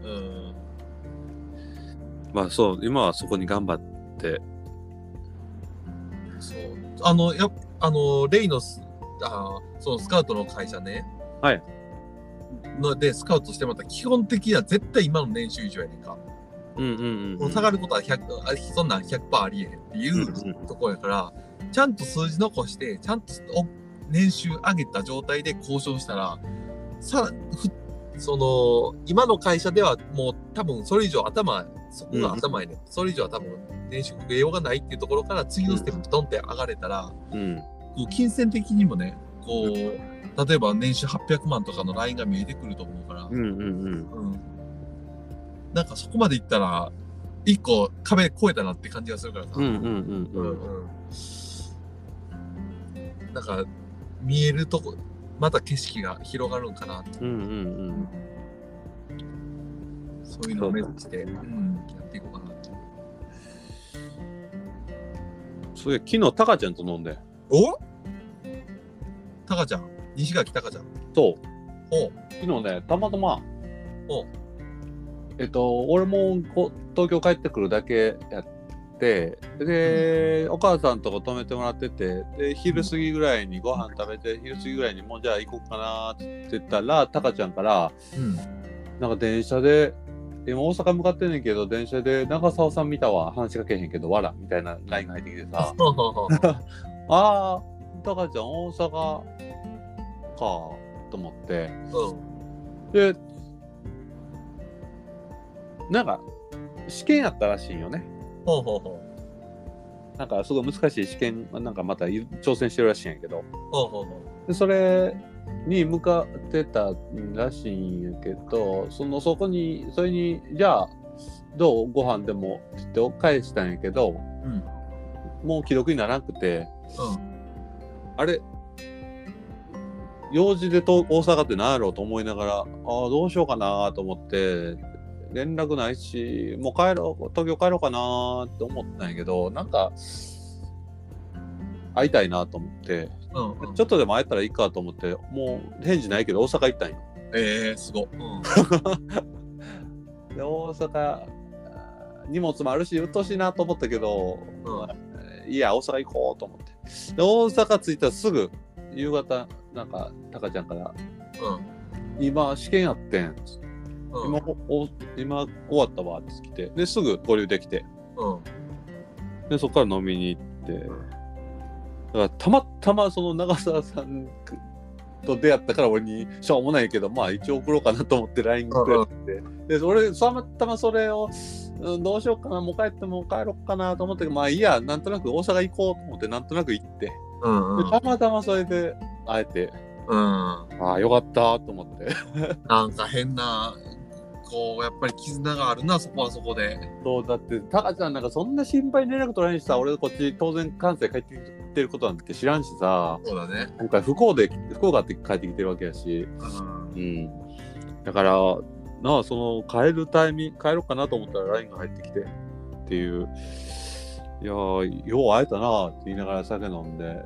まあそう今はそこに頑張って。 そうレイのそのスカウトの会社ね。でスカウトしてもらったら基本的には絶対今の年収以上やねんか。下がることはそんなん 100% ありえへんっていうところやから、ちゃんと数字残してちゃんと年収上げた状態で交渉したら今の会社ではもう多分それ以上そこが頭やねん。それ以上は多分年収増えようがないっていうところから次のステップドンって上がれたら、こう金銭的にもねこう例えば年収800万とかのラインが見えてくると思うから、なんかそこまでいったら一個壁越えたなって感じがするからさ、なんか見えるとこまた景色が広がるんかなって、そういうのを目指して、やっていこうかなって。 それ昨日タカちゃんと飲んで。 タカちゃん西垣タカちゃん。 そう昨日ねたまたま俺も東京帰ってくるだけやってで、お母さんとこ泊めてもらっててで昼過ぎぐらいにご飯食べて昼過ぎぐらいにもうじゃあ行こうかなって言ったらタカちゃんから、なんか電車で今大阪向かってんねんけど電車で長澤さん見たわ話しかけへんけどわらみたいな LINE が入ってきてさああタカちゃん大阪かと思って、でなんか試験やったらしいよね。なんかすごい難しい試験なんかまた挑戦してるらしいんやけど、でそれに向かってたらしいんやけどそれにじゃあどうご飯でもって言って返したんやけど、もう既読にならなくて、あれ用事で大阪って何やろうと思いながらどうしようかなと思って連絡ないしもう東京帰ろうかなって思ったんやけどなんか会いたいなと思って、ちょっとでも会えたらいいかと思ってもう返事ないけど大阪行ったんよ。 すごっ。 で大阪荷物もあるしうっとうしいなと思ったけど、いや大阪行こうと思ってで大阪着いたらすぐ夕方なんかタカちゃんから、今試験やってん、今終わったわって来てですぐ合流できて、でそこから飲みに行ってだからたまたまその長澤さんと出会ったから俺にしょうもないけどまあ一応送ろうかなと思って LINE くれて、で俺たまたまそれを、どうしようかなもう帰っても帰ろうかなと思ったけどまあいいやなんとなく大阪行こうと思ってなんとなく行って、でたまたまそれで会えて、よかったと思ってなんか変なこうやっぱり絆があるな、そこはそこで。 そうだってタカちゃんなんかそんな心配に連絡取らないしさ、俺こっち当然関西帰ってきてることなんて知らんしさ。 そうだね。 今回福岡って帰ってきてるわけやし、だからなあ、その帰ろうかなと思ったら LINE が入ってきてっていう、いやーよう会えたなって言いながら酒飲んで、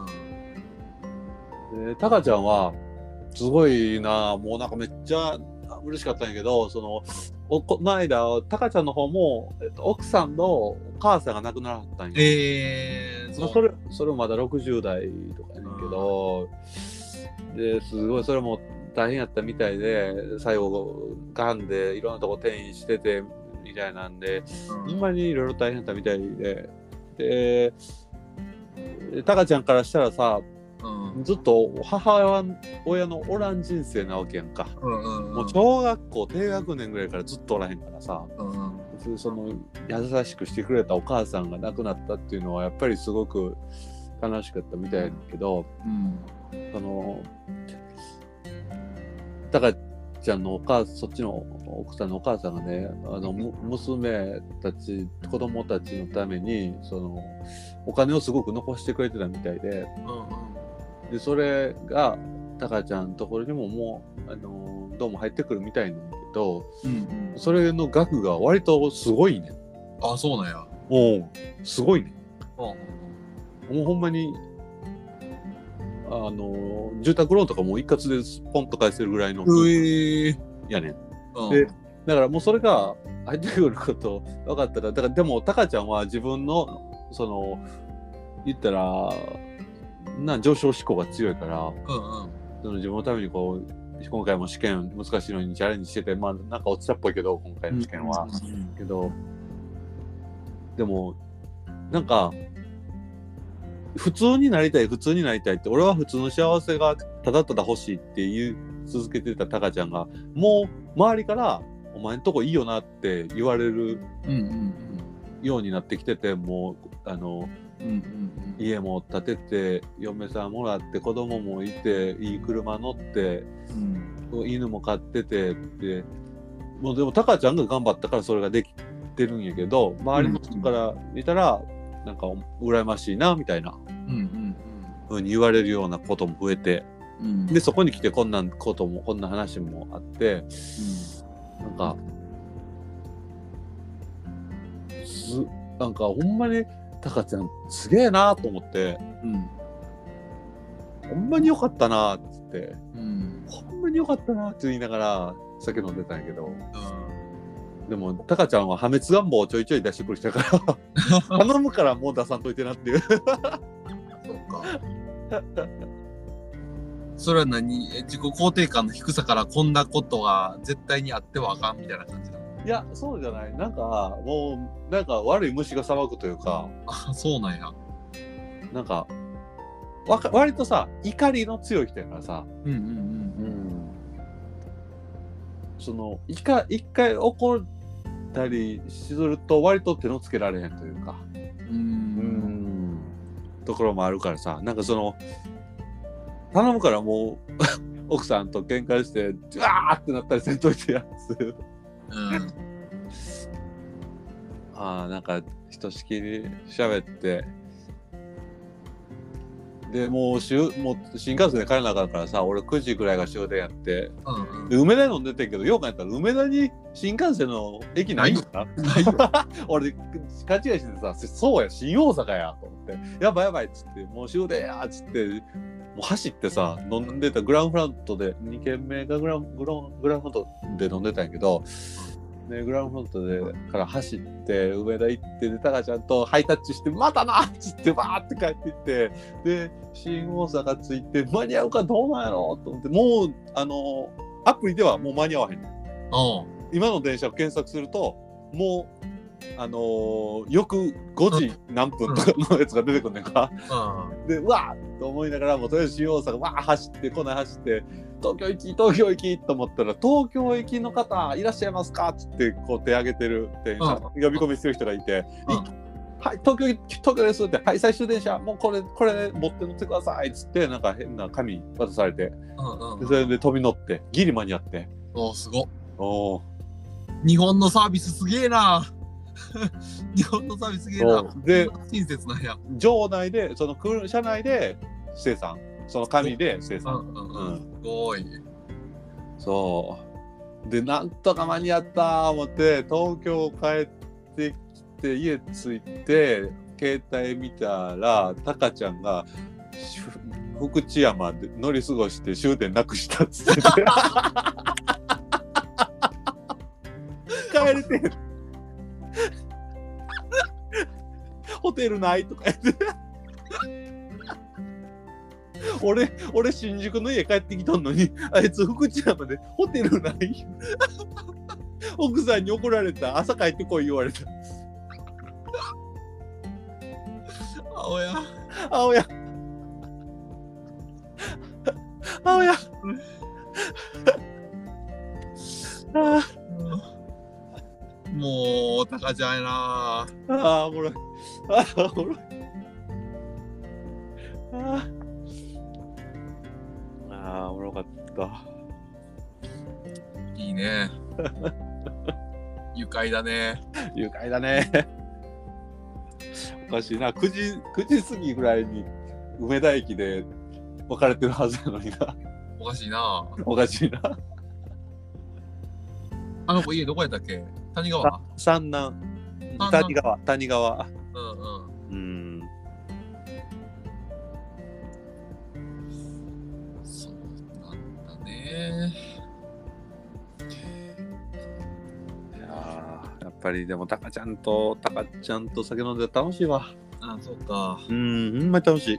でタカちゃんはすごいな、もうなんかめっちゃ嬉しかったんやけど、そのこの間タカちゃんの方も、奥さんのお母さんが亡くなったんや。それもまだ60代とかやねんけど、ですごいそれも大変やったみたいで、最後がんでいろんなとこ転移しててみたいなんで、ほんまにいろいろ大変やったみたいで、タカちゃんからしたらさ、ずっと母親のおらん人生なわけやんか。もう小学校低学年ぐらいからずっとおらへんからさ、その優しくしてくれたお母さんが亡くなったっていうのはやっぱりすごく悲しかったみたいだけど、そのタカちゃんのそっちの奥さんのお母さんがね、娘たち子供たちのためにそのお金をすごく残してくれてたみたいで、でそれがタカちゃんのところにももうどうも入ってくるみたいなんだけど、それの額が割とすごいね。 あ、そうなんや。 すごいね。もうほんまに住宅ローンとかも一括でポンと返せるぐらいのやねん。でだからもうそれが入ってくること分かったら、だからでもタカちゃんは自分のその言ったら上昇志向が強いから、その自分のためにこう今回も試験難しいのにチャレンジしてて、まあなんか落ちたっぽいけど今回の試験は、けどでもなんか普通になりたいって、俺は普通の幸せがただただ欲しいって言い続けてたタカちゃんが、もう周りからお前んとこいいよなって言われるようになってきてて、もう家も建てて嫁さんもらって子供もいていい車乗って、犬も飼っててって、もうでもタカちゃんが頑張ったからそれができてるんやけど、周りの人から見たらなんか羨ましいなみたいな風に言われるようなことも増えて、でそこに来てこんな話もあって、なんかほんまにタカちゃんすげえなと思って、ほんまによかったなっつって、ほんまによかったなって言いながら酒飲んでたんやけど、でもタカちゃんは破滅願望をちょいちょい出してくる人だから頼むからもう出さんといてなっていうそうかそれは自己肯定感の低さからこんなことが絶対にあってはあかんみたいな感じなの？ いや、そうじゃない。なんかもうなんか悪い虫が騒ぐというか。 あ、そうなんや。 なんか割とさ怒りの強い人やからさ、その一回怒ったりすると割と手のつけられへんというか、ところもあるからさ、なんかその頼むからもう奥さんと喧嘩してうわーってなったりせんといてやつなんかひとしきり喋って、でもう新幹線で帰らなあかんからさ、俺9時ぐらいが終電やって、で梅田に飲んでてんけど、よう考えたら梅田に新幹線の駅ないんかな俺勘違いしてさ、そうや新大阪やと思って、やばいっつって、もう終電やっつってもう走ってさ、飲んでたグランフラントで2軒目がグランフラントで飲んでたんやけど、でグランフロントでから走って梅田行って、でタカちゃんとハイタッチしてまたなっつってバーって帰っていって、で新大阪着いて間に合うかどうなんやろと思って、もうアプリではもう間に合わへんねん。今の電車を検索するともう翌5時何分とかのやつが出てくんねんかでうわーっと思いながらもとりあえず新大阪わー走ってこない走って東京行きと思ったら、東京行きの方いらっしゃいますかっつってこう手挙げてる電車、呼び込みしてる人がいて、はい東京ですって、はい最終電車もうこれ持って乗ってくださいっつって、なんか変な紙渡されて、でそれで飛び乗ってギリ間に合って、 すごっ。 日本のサービスすげえな。日本のサービスすげえな。 で、 親切な部屋。 場内で、その車内で生産。その紙で生産。 すごい。 そう。で、なんとか間に合った思って、東京帰ってきて、家着いて、携帯見たら、タカちゃんが、福知山で乗り過ごして終電なくしたっつってて。帰れてん。ホテルないとか言って。俺新宿の家帰ってきたのに、あいつ福知山でホテルない。奥さんに怒られた。朝帰ってこい言われた。 青や。もうタカちゃんやな。 おもろい。おもろかった。 いいね。愉快だね。 おかしいな。9時過ぎぐらいに梅田駅で別れてるはずやのにな。 おかしいな。あの子家どこやったっけ？谷川？ 三南。谷川。 そうなんだね。 いややっぱりでもタカちゃんと酒飲んで楽しいわ。 あ、そうか。 ほんまに楽しい。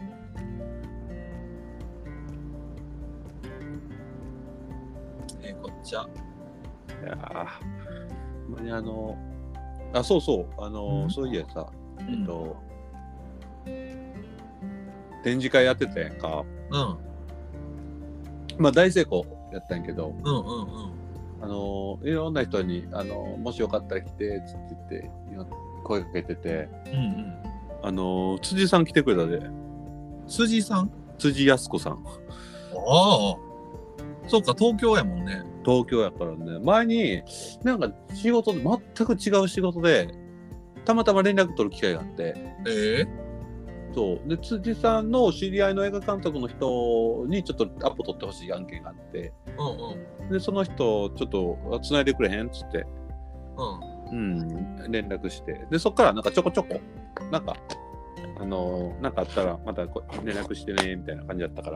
こっちゃ。 いやほんまにそうそう、そういやさ、展示会やってたやんか。まあ大成功やったんやけど、いろんな人にもしよかったら来てっつって言って声かけてて、辻さん来てくれたで。 辻さん？ 辻康子さん。 ああ、そうか、東京やもんね。 東京やからね。前になんか仕事で全く違う仕事でたまたま連絡取る機会があって、そうで辻さんの知り合いの映画監督の人にちょっとアポ取ってほしい案件があって、でその人ちょっと繋いでくれへんっつって、連絡して、でそっからなんかちょこちょこなんかなんかあったらまた連絡してねみたいな感じだったから、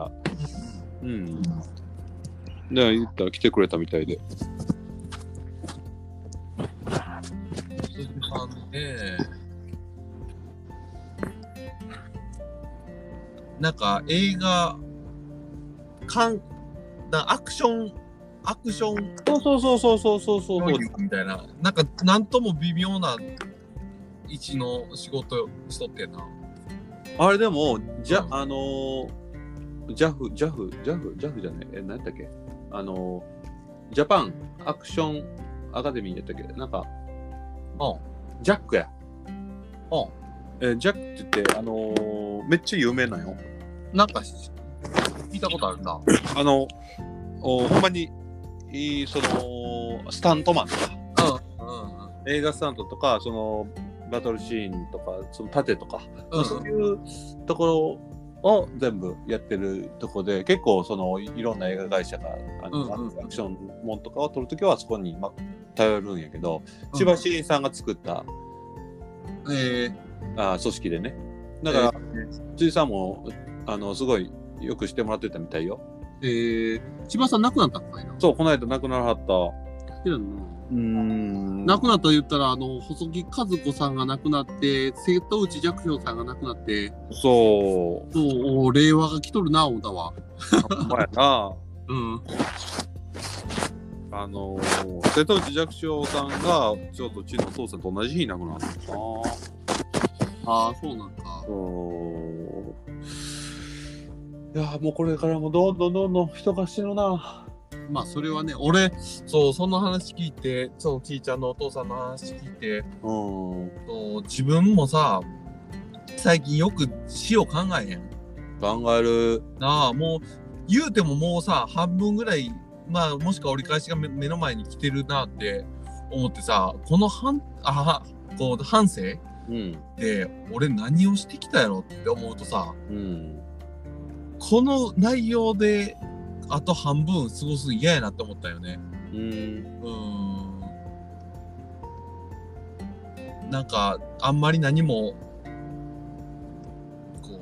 で言ったら来てくれたみたいで。 辻さんね、なんか映画アクションそうみたいな、なんかなんとも微妙な位置の仕事しとってんな。 あれでもJAF じゃねえ、何やったっけ、ジャパンアクションアカデミーやったっけ、なんかジャックや。ジャックって言ってめっちゃ有名なんよ。 なんか聞いたことあるな。 ほんまにそのスタントマンとか、映画スタントとか、そのバトルシーンとか、その盾とか、そういうところを全部やってるとこで、結構そのいろんな映画会社がアクションもんとかを撮るときはそこに頼るんやけど、千葉真一さんが作った組織でね。だから辻さんもすごいよくしてもらってたみたいよ。 千葉さん亡くなったんかいな。 そう、この間亡くならはった。 亡くなったと言ったら細木数子さんが亡くなって、瀬戸内寂聴さんが亡くなって、そう令和が来とるな思ったわ。 ほんまやな。瀬戸内寂聴さんがちょっとうちの父さんと同じ日に亡くなった。 そうなんか。 いやもうこれからもどんどん人が死ぬな。 まあそれはね、俺その話聞いて、そのちいちゃんのお父さんの話聞いて、自分もさ、最近よく死を考えへん。 考えるなあ。もう言うてももうさ、半分ぐらい、まあもしくは折り返しが目の前に来てるなって思ってさ、このこう半生で俺何をしてきたやろって思うとさ、この内容であと半分過ごすの嫌やなって思ったよね。なんかあんまり何もこ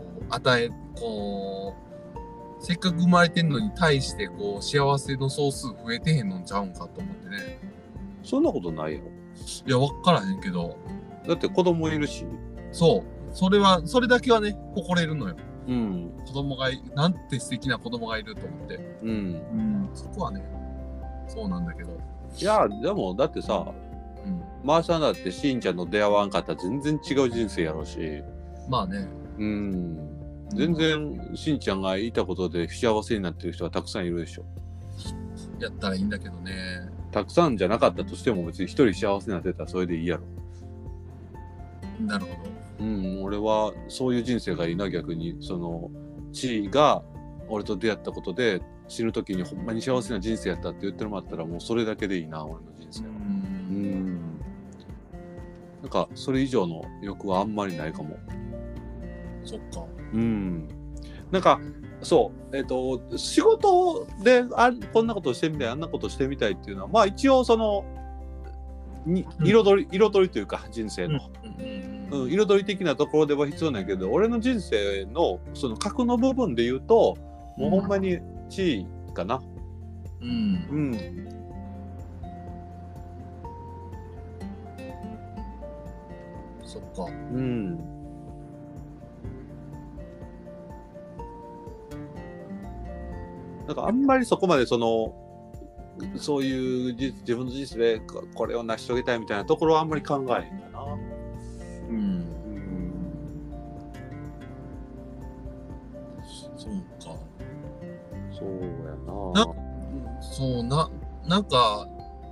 うせっかく生まれてんのに対してこう幸せの総数増えてへんのんちゃうんかと思ってね。 そんなことないよ。 いや分からへんけど。 だって子供いるし。 そう。それだけはね誇れるのよ。子供がなんて素敵な子供がいると思って。そこはねそうなんだけど。 いやでもだってさ。マーさんだってしんちゃんの出会わんかったら全然違う人生やろうし。 まあね。 全然しんちゃんがいたことで幸せになってる人はたくさんいるでしょ。 やったらいいんだけどね。 たくさんじゃなかったとしても別に一人幸せになってたらそれでいいやろ。 なるほど。 俺はそういう人生がいいな。逆にその地位が俺と出会ったことで死ぬ時にほんまに幸せな人生やったって言ってもらったらもうそれだけでいいな俺の人生は。なんかそれ以上の欲はあんまりないかも。 そっか。 なんかそう仕事でこんなことしてみたいあんなことしてみたいっていうのはまあ一応その彩りというか人生の、彩り的なところでは必要ないけど俺の人生のその核の部分で言うともうほんまに地位かな。 そっか。 なんかあんまりそこまでそういう自分の人生でこれを成し遂げたいみたいなところはあんまり考えへんかな。 そうか。 そうやな。なんか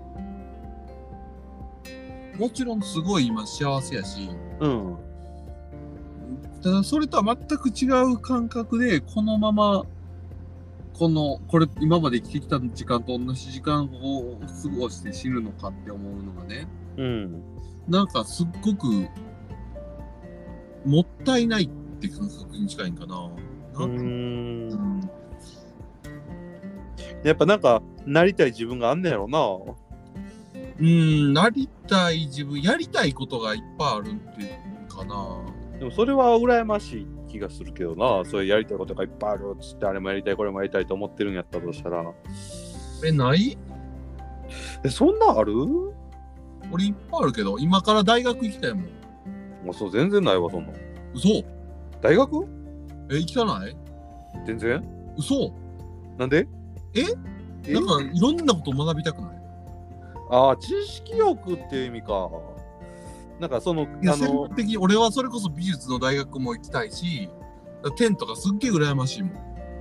もちろんすごい今幸せやし、ただそれとは全く違う感覚でこのままこれ今まで生きてきた時間と同じ時間を過ごして死ぬのかって思うのがね、なんかすっごくもったいないって感覚に近いんかな。 やっぱなんかなりたい自分があんねやろな。 なりたい自分やりたいことがいっぱいあるっていうかな。 でもそれは羨ましい気がするけどな。そういうやりたいことがいっぱいあるっつってあれもやりたいこれもやりたいと思ってるんやったとしたらない？ そんなある？ 俺いっぱいあるけど今から大学行きたいもん。 もうそう全然ないわそんな。 嘘？ 大学？ 行きたない？ 全然？ 嘘？なんで？ なんかいろんなことを学びたくない？ 知識欲っていう意味か。なんか専門的に俺はそれこそ美術の大学も行きたいし、天とかすっげえ羨ましいも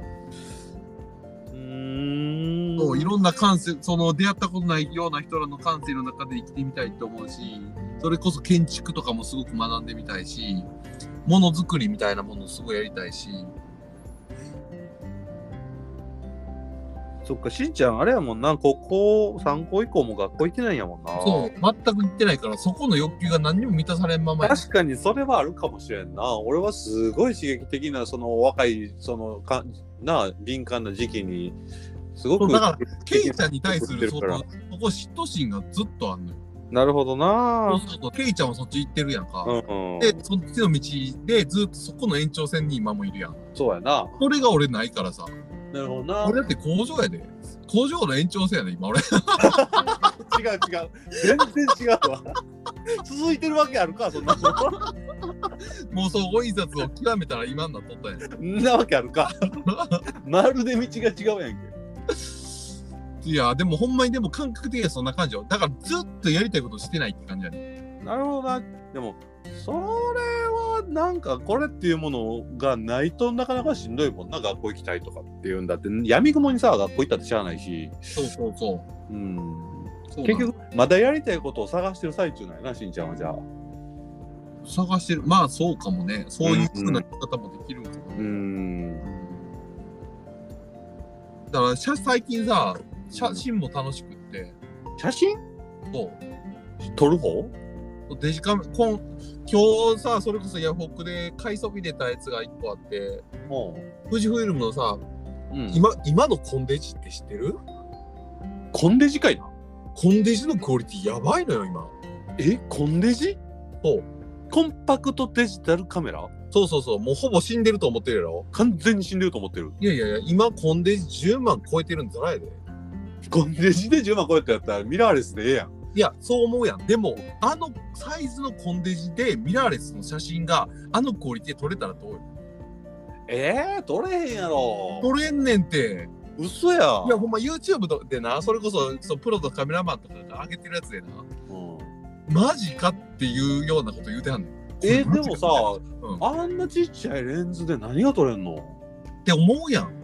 ん。そういろんな感性、出会ったことないような人らの感性の中で生きてみたいと思うし、それこそ建築とかもすごく学んでみたいし、ものづくりみたいなものをすごいやりたいし。 そっか、しんちゃんあれやもんな、高校3校以降も学校行ってないんやもんな。 そう、全く行ってないからそこの欲求が何にも満たされんままや。 確かにそれはあるかもしれんな。俺はすごい刺激的な若い敏感な時期にすごくだからケイちゃんに対するそこ嫉妬心がずっとあんのよ。 なるほどな。 そうケイちゃんはそっち行ってるやんか、でそっちの道でずっとそこの延長線に今もいるやん。 そうやな。 それが俺ないからさ。 なるほどな。 俺だって工場やで。工場の延長線やで今俺。違う全然違うわ。続いてるわけあるかそんなの。 もう総合印刷を極めたら今になっとったやん。 そんなわけあるか。まるで道が違うやんけ。 いやでもほんまにでも感覚的にはそんな感じよ。だからずっとやりたいことしてないって感じやね。 なるほどな。でもそれはなんかこれっていうものがないとなかなかしんどいもんな。学校行きたいとかっていうんだって闇雲にさ学校行ったってしゃあないし。 そう。 結局まだやりたいことを探してる最中なんやなしんちゃんは。じゃあ探してる。まあそうかもね。そういう風な生き方もできるんかも。だから最近さ写真も楽しくって。 写真？ そう。 撮る方？ デジカメ、今日さ、それこそヤフオクで買いそびれたやつが1個あって、富士フイルムのさ、今のコンデジって知ってる？ コンデジかいな。 コンデジのクオリティやばいのよ、今。 コンデジ？そう。コンパクトデジタルカメラ？ そうそうそう。もうほぼ死んでると思ってるやろ？ 完全に死んでると思ってる。 いやいやいや、今コンデジ10万超えてるんじゃないで。 コンデジで10万超えてやったらミラーレスでええやん。 いや、そう思うやん。でも、あのサイズのコンデジでミラーレスの写真があのクオリティで撮れたらどうよ？ 撮れへんやろ。 撮れんねんて。 嘘や。 いや、ほんま YouTube でな、それこそプロのカメラマンとかが上げてるやつでな、マジかっていうようなこと言うてはんねん。 でもさ、あんなちっちゃいレンズで何が撮れんのって思うやん。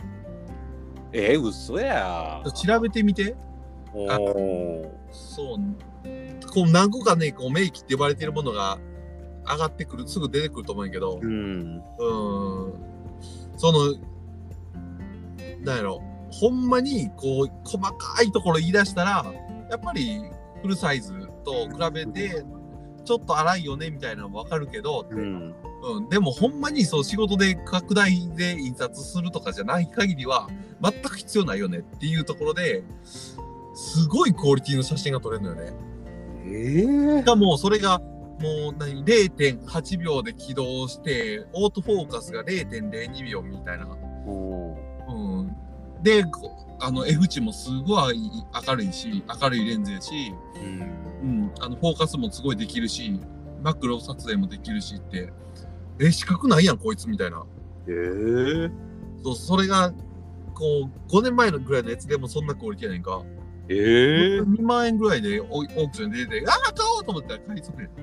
嘘や。 調べてみて。そう。こう何個かね、こう名機って呼ばれてるものが上がってくる、すぐ出てくると思うんやけど、その、なんやろ、ほんまにこう細かいところ言い出したら、やっぱりフルサイズと比べてちょっと荒いよねみたいなのもわかるけど、でもほんまにそう仕事で拡大で印刷するとかじゃない限りは全く必要ないよねっていうところですごいクオリティの写真が撮れるのよね。しかもそれがもう0.8 秒で起動してオートフォーカスが 0.02 秒みたいな。で、F 値もすごい明るいレンズやし、フォーカスもすごいできるし、マクロ撮影もできるしって、資格ないやん、こいつみたいな。そう、それが、こう、5年前のぐらいのやつでもそんなクオリティやねんか。2万円ぐらいでオークションに出て、買おうと思ったら買いそくれ。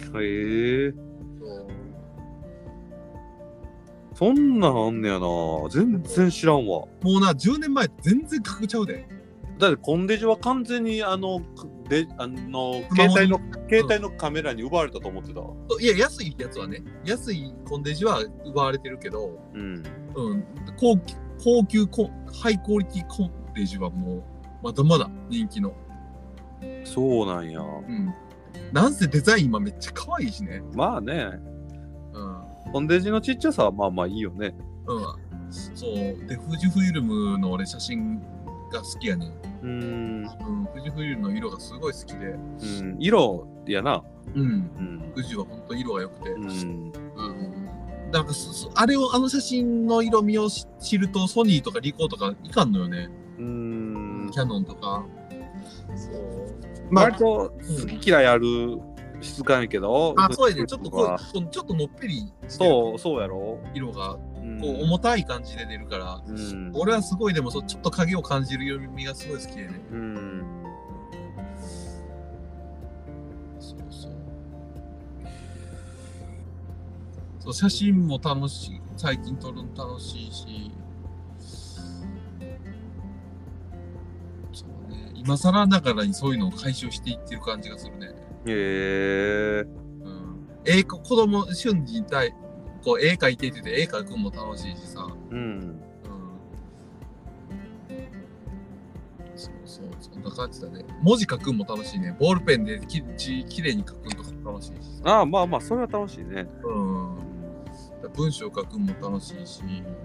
そんなんあんねやな。全然知らんわ。 もうな、10年前全然格ちゃうで。 だってコンデジは完全に携帯のカメラに奪われたと思ってた。 いや、安いやつはね、安いコンデジは奪われてるけど、高級ハイクオリティコンデジはもうまだまだ人気の。 そうなんや。 なんせデザイン今めっちゃ可愛いしね。 まあね。コンデジのちっちゃさはまあまあいいよね。 そう。で、富士フイルムの俺写真が好きやねん。富士フイルムの色がすごい好きで。 色やな。 富士は本当色が良くて。だからあの写真の色味を知るとソニーとかリコーとかいかんのよね。キャノンとか。そう。 割と好き嫌いある質感やけど。 そうやね。ちょっとのっぺりしてる。そうやろ。 色が。こう重たい感じで出るから、俺はすごいでもちょっと影を感じる色味がすごい好きでね。そう写真も楽しい、最近撮るの楽しいし、そうね、今更ながらにそういうのを回収していってる感じがするね。子供瞬時にこう絵描いてって言って絵描くのも楽しいしさ。そうそんな感じだね。文字書くのも楽しいね。ボールペンできれいに書くのとかも楽しいし。 まあそれは楽しいね。 文章書くのも楽しいし。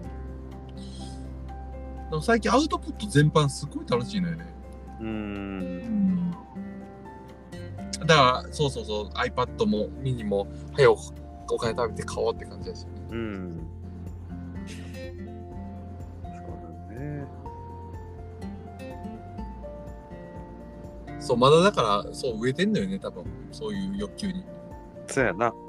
でも最近アウトプット全般すごい楽しいのよね。だからそう iPad もミニも早くお金食べて買おうって感じだしね。 そうだね。 そうまだだからそう植えてんのよね多分そういう欲求に。 そうやな。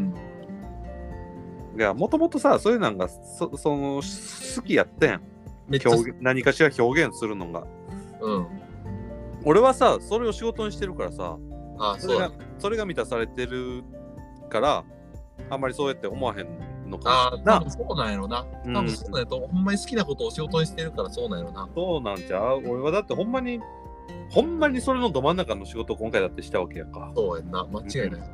いやもともとさそういうのがその好きやったやん。何かしら表現するのが。俺はさそれを仕事にしてるからさ。それが満たされてるからあんまりそうやって思わへんのかな。多分そうなんやろな。多分そうなんやと、ほんまに好きなことを仕事にしてるからそうなんやろな。 そうなんちゃう。俺はだってほんまにそれのど真ん中の仕事を今回だってしたわけやんか。 そうやんな。間違いない。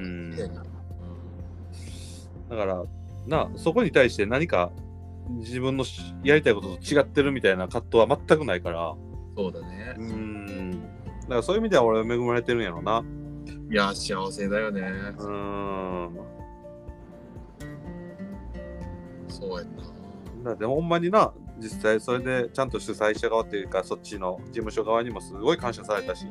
だからそこに対して何か自分のやりたいことと違ってるみたいな葛藤は全くないから。 そうだね。 からそういう意味では俺は恵まれてるんやろな。 いや幸せだよね。そうやな。 でもほんまにな、実際それでちゃんと主催者側っていうかそっちの事務所側にもすごい感謝されたし、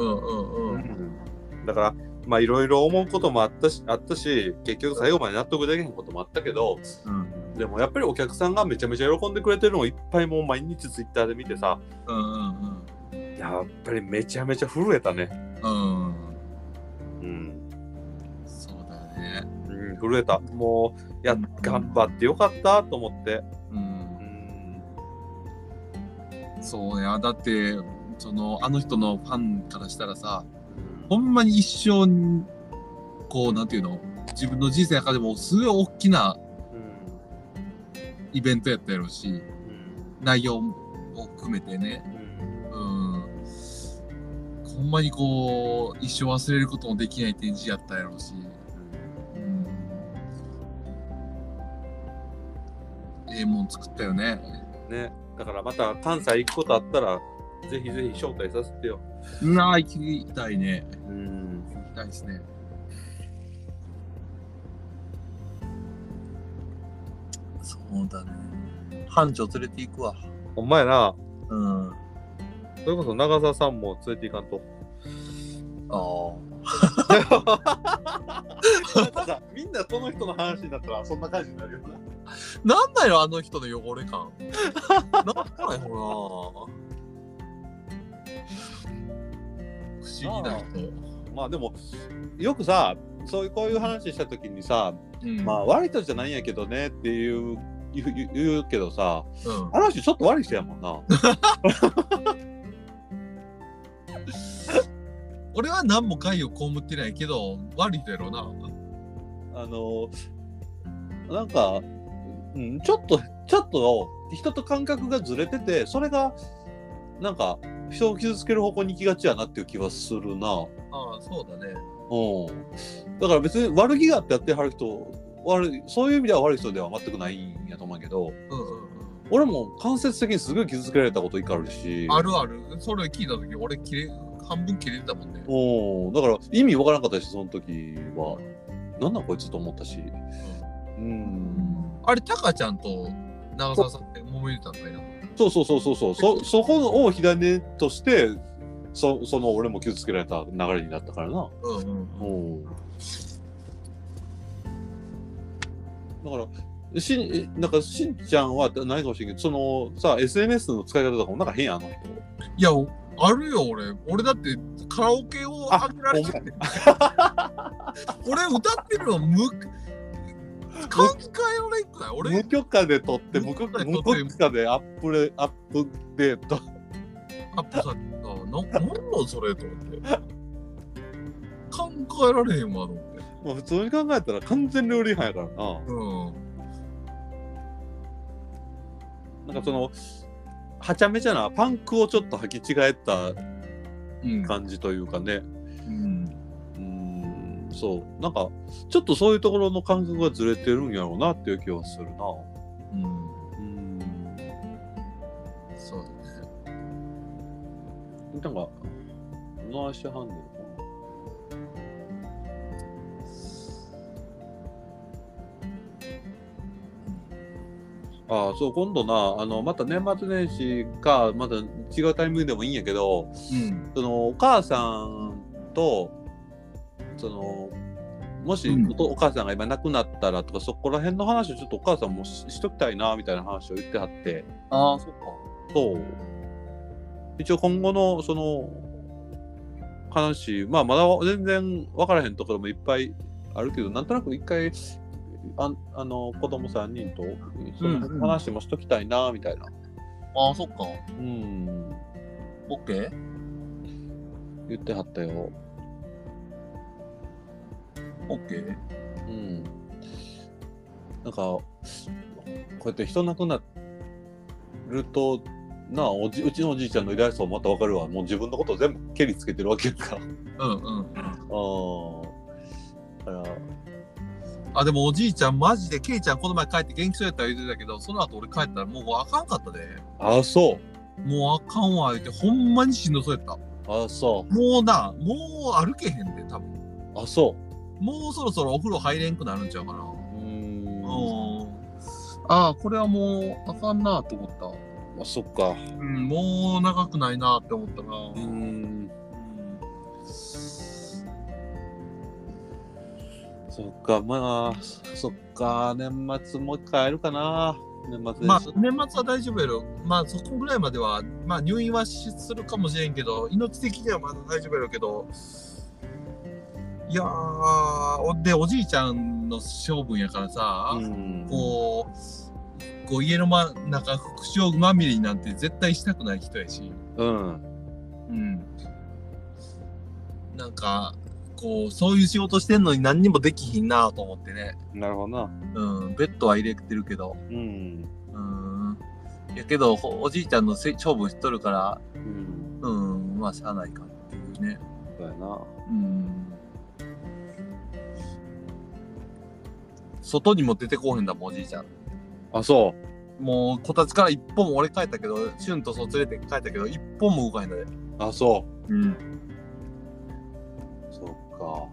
だからまあいろいろ思うこともあったし結局最後まで納得できへんこともあったけど、でもやっぱりお客さんがめちゃめちゃ喜んでくれてるのをいっぱいもう毎日ツイッターで見てさ、やっぱりめちゃめちゃ震えたね。 そうだね。 震えた。もう頑張ってよかったと思って。 そうや、だってあの人のファンからしたらさ、ほんまに一生こうなんていうの、自分の人生の中でもすごい大きなイベントやったやろうし、内容も含めてね、ほんまにこう一生忘れることもできない展示やったやろうし、ええもん作ったよね。 ね、だからまた関西行くことあったらぜひぜひ招待させてよ。 行きたいね。行きたいですね。そうだね。班長連れて行くわ。 ほんまやな。それこそ長澤さんも連れて行かんと。みんなこの人の話になったらそんな感じになるよな。なんだよあの人の汚れ感。なんだよな。不思議な人。 まあでもよくさ、こういう話した時にさ、まあ悪い人じゃないんやけどねって言うけどさ、あの人ちょっと悪い人やもんな。 俺は何も害を被ってないけど悪い人やろうな。 なんか、ちょっと人と感覚がずれてて、それがなんか人を傷つける方向に行きがちやなっていう気はするな。 そうだね。 だから別に悪気があってやってはる人、そういう意味では悪い人では全くないんやと思うけど、俺も間接的にすごい傷つけられたことあるし。 ある。それ聞いた時俺半分切れてたもんね。 だから意味わからなかったし、その時はなんなんこいつと思ったし。あれタカちゃんと長澤さんって揉めてたんかいな。 そうそこを火種としてその俺も傷つけられた流れになったからな。だからなんかしんちゃんは何かもしれんけど、そのさ SNS の使い方とかもなんか変やあの人。 いやあるよ。俺だってカラオケをあげられてて俺歌ってるの考えられんくない？俺無許可で撮って無許可でアップデートアップされた。なんなんそれと思って考えられへんわと思って。 もう普通に考えたら完全料理違反やからな。なんかそのはちゃめちゃなパンクをちょっと履き違えた感じというかね。そうなんかちょっとそういうところの感覚がずれてるんやろうなっていう気はするな。 そうだね。 なんかどないしてはんねん。そう今度なまた年末年始かまた違うタイミングでもいいんやけど、そのお母さんともし、お母さんが今亡くなったらとかそこら辺の話をちょっとお母さんも しときたいなみたいな話を言ってはって。 そっか。 そう一応今後のその話、まだ全然分からへんところもいっぱいあるけど、なんとなく一回子供3人とその話もしときたいなみたいな。 そっか。オッケー言ってはったよ。 オッケー。 なんかこうやって人亡くなるとうちのおじいちゃんの偉大さもまた分かるわ。もう自分のことを全部蹴りつけてるわけやから。だからでもおじいちゃんマジでケイちゃんこの前帰って元気そうやったら言ってたけど、その後俺帰ったらもうあかんかったで。 そう。 もうあかんわ言ってほんまにしんどそうやった。 あ、そう。 もう歩けへんで、多分。 あ、そう。 もうそろそろお風呂入れんくなるんちゃうかな。ああ、これはもうあかんなと思った。 あ、そっか。 もう長くないなって思ったな。 そっか、まあ、そっか、年末もう一回会えるかな。年末です。 まあ、年末は大丈夫やろ。まあ、そこぐらいまでは、まあ、入院はするかもしれんけど、命的にはまだ大丈夫やろうけど、いやー、で、おじいちゃんの性分やからさ、こう家の中、副将まみれになんて絶対したくない人やし、なんか、そういう仕事してんのに何にもできひんなと思ってね。 なるほどな。 ベッドは入れてるけど。やけど、おじいちゃんの性分しとるから、まあ、しゃあないかっていうね。 そうやな。 外にも出てこうへんだもん、おじいちゃん。 あ、そう。 もう、こたつから一本も俺帰ったけど、シュンと連れて帰ったけど、一本も動かへんだで。 あ、そう。そっか。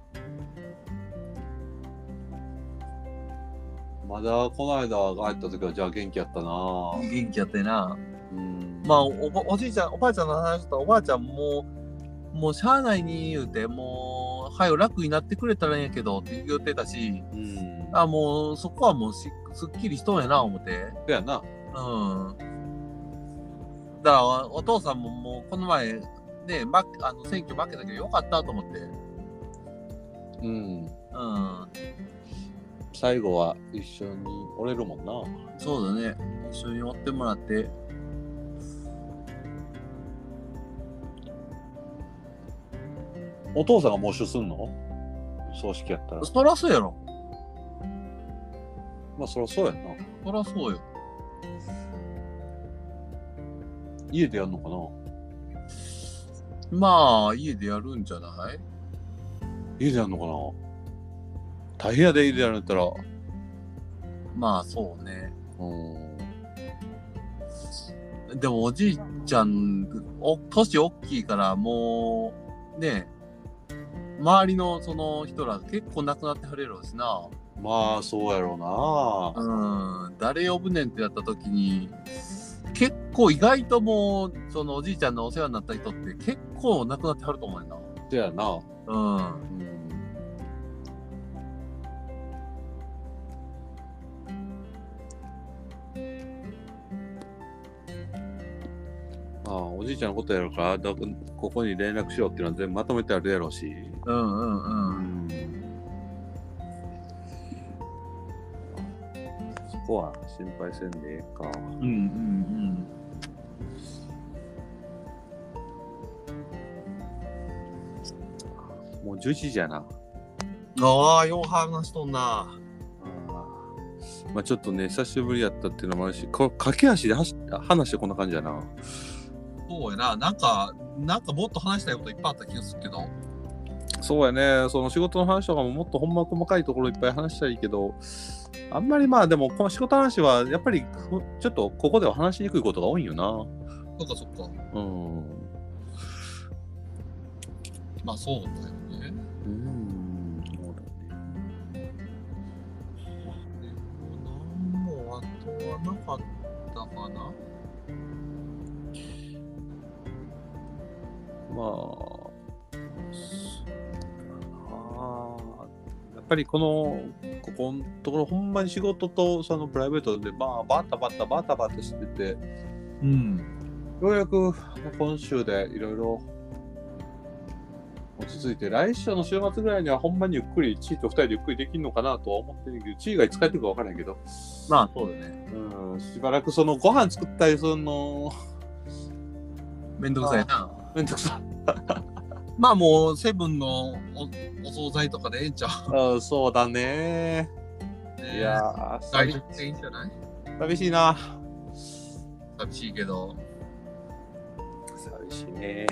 まだこの間帰った時はじゃあ元気やったな。 元気やってな。まあおじいちゃんおばあちゃんの話とおばあちゃんもうしゃあないに言うてもう早楽になってくれたらいいんやけどって言ってたし、もうそこはもうすっきりしとんやな思って。 そうやな。 だからお父さんももうこの前ね選挙負けたけどよかったと思って。 最後は一緒におれるもんな。 そうだね。一緒におってもらって。 お父さんが喪主すんの？葬式やったら。 そらそうやろ。 まあそらそうやな。 そらそうよ。 家でやるのかな？まあ家でやるんじゃない？ 家でやるのかな？大変やで家でやるんやったら。 まあそうね。でもおじいちゃん年大きいからもうね周りのその人ら結構亡くなってはれるしな。 まあそうやろうな。誰呼ぶねんってやった時に結構意外ともうそのおじいちゃんのお世話になった人って結構亡くなってはると思うよな。 そうやな。おじいちゃんのことやろうからここに連絡しようっていうのは全部まとめてあるやろうし。そこは心配せんでええか。もう11時やな。 よう話しとんな。 まあちょっとね久しぶりやったっていうのもあるし、駆け足で話してこんな感じやな。 そうやな。なんかもっと話したいこといっぱいあった気がするけど。 そうやね。その仕事の話とかももっとほんま細かいところいっぱい話したいけど、あんまりまあでもこの仕事の話はやっぱりちょっとここでは話しにくいことが多いよな。 そっかそっか。まあそうだよね。なんもあとはなかったかな。 やっぱりここのところほんまに仕事とそのプライベートでバタバタしてて、ようやく今週でいろいろ落ち着いて、来週の週末ぐらいにはほんまにゆっくりチーと2人でゆっくりできるのかなとは思ってるけど、チーがいつ帰ってくるか分からないけど、 まあそうだね。 しばらくそのご飯作ったりするのめんどくさいな。 めんどくさい。 まあもうセブンのお惣菜とかでええんちゃう。そうだね。いやー、 大丈夫でいいんじゃない？ 寂しいな。 寂しいけど。 寂しいね。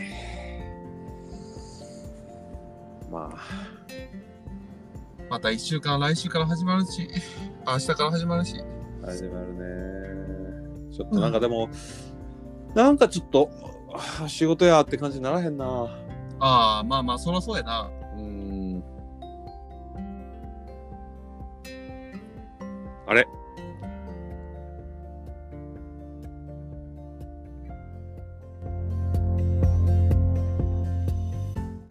また1週間来週から始まるし、明日から始まるし。 始まるね。ちょっとなんかでも、なんかちょっと仕事やって感じにならへんな。 ああ、まあまあ、そらそうやな。 あれ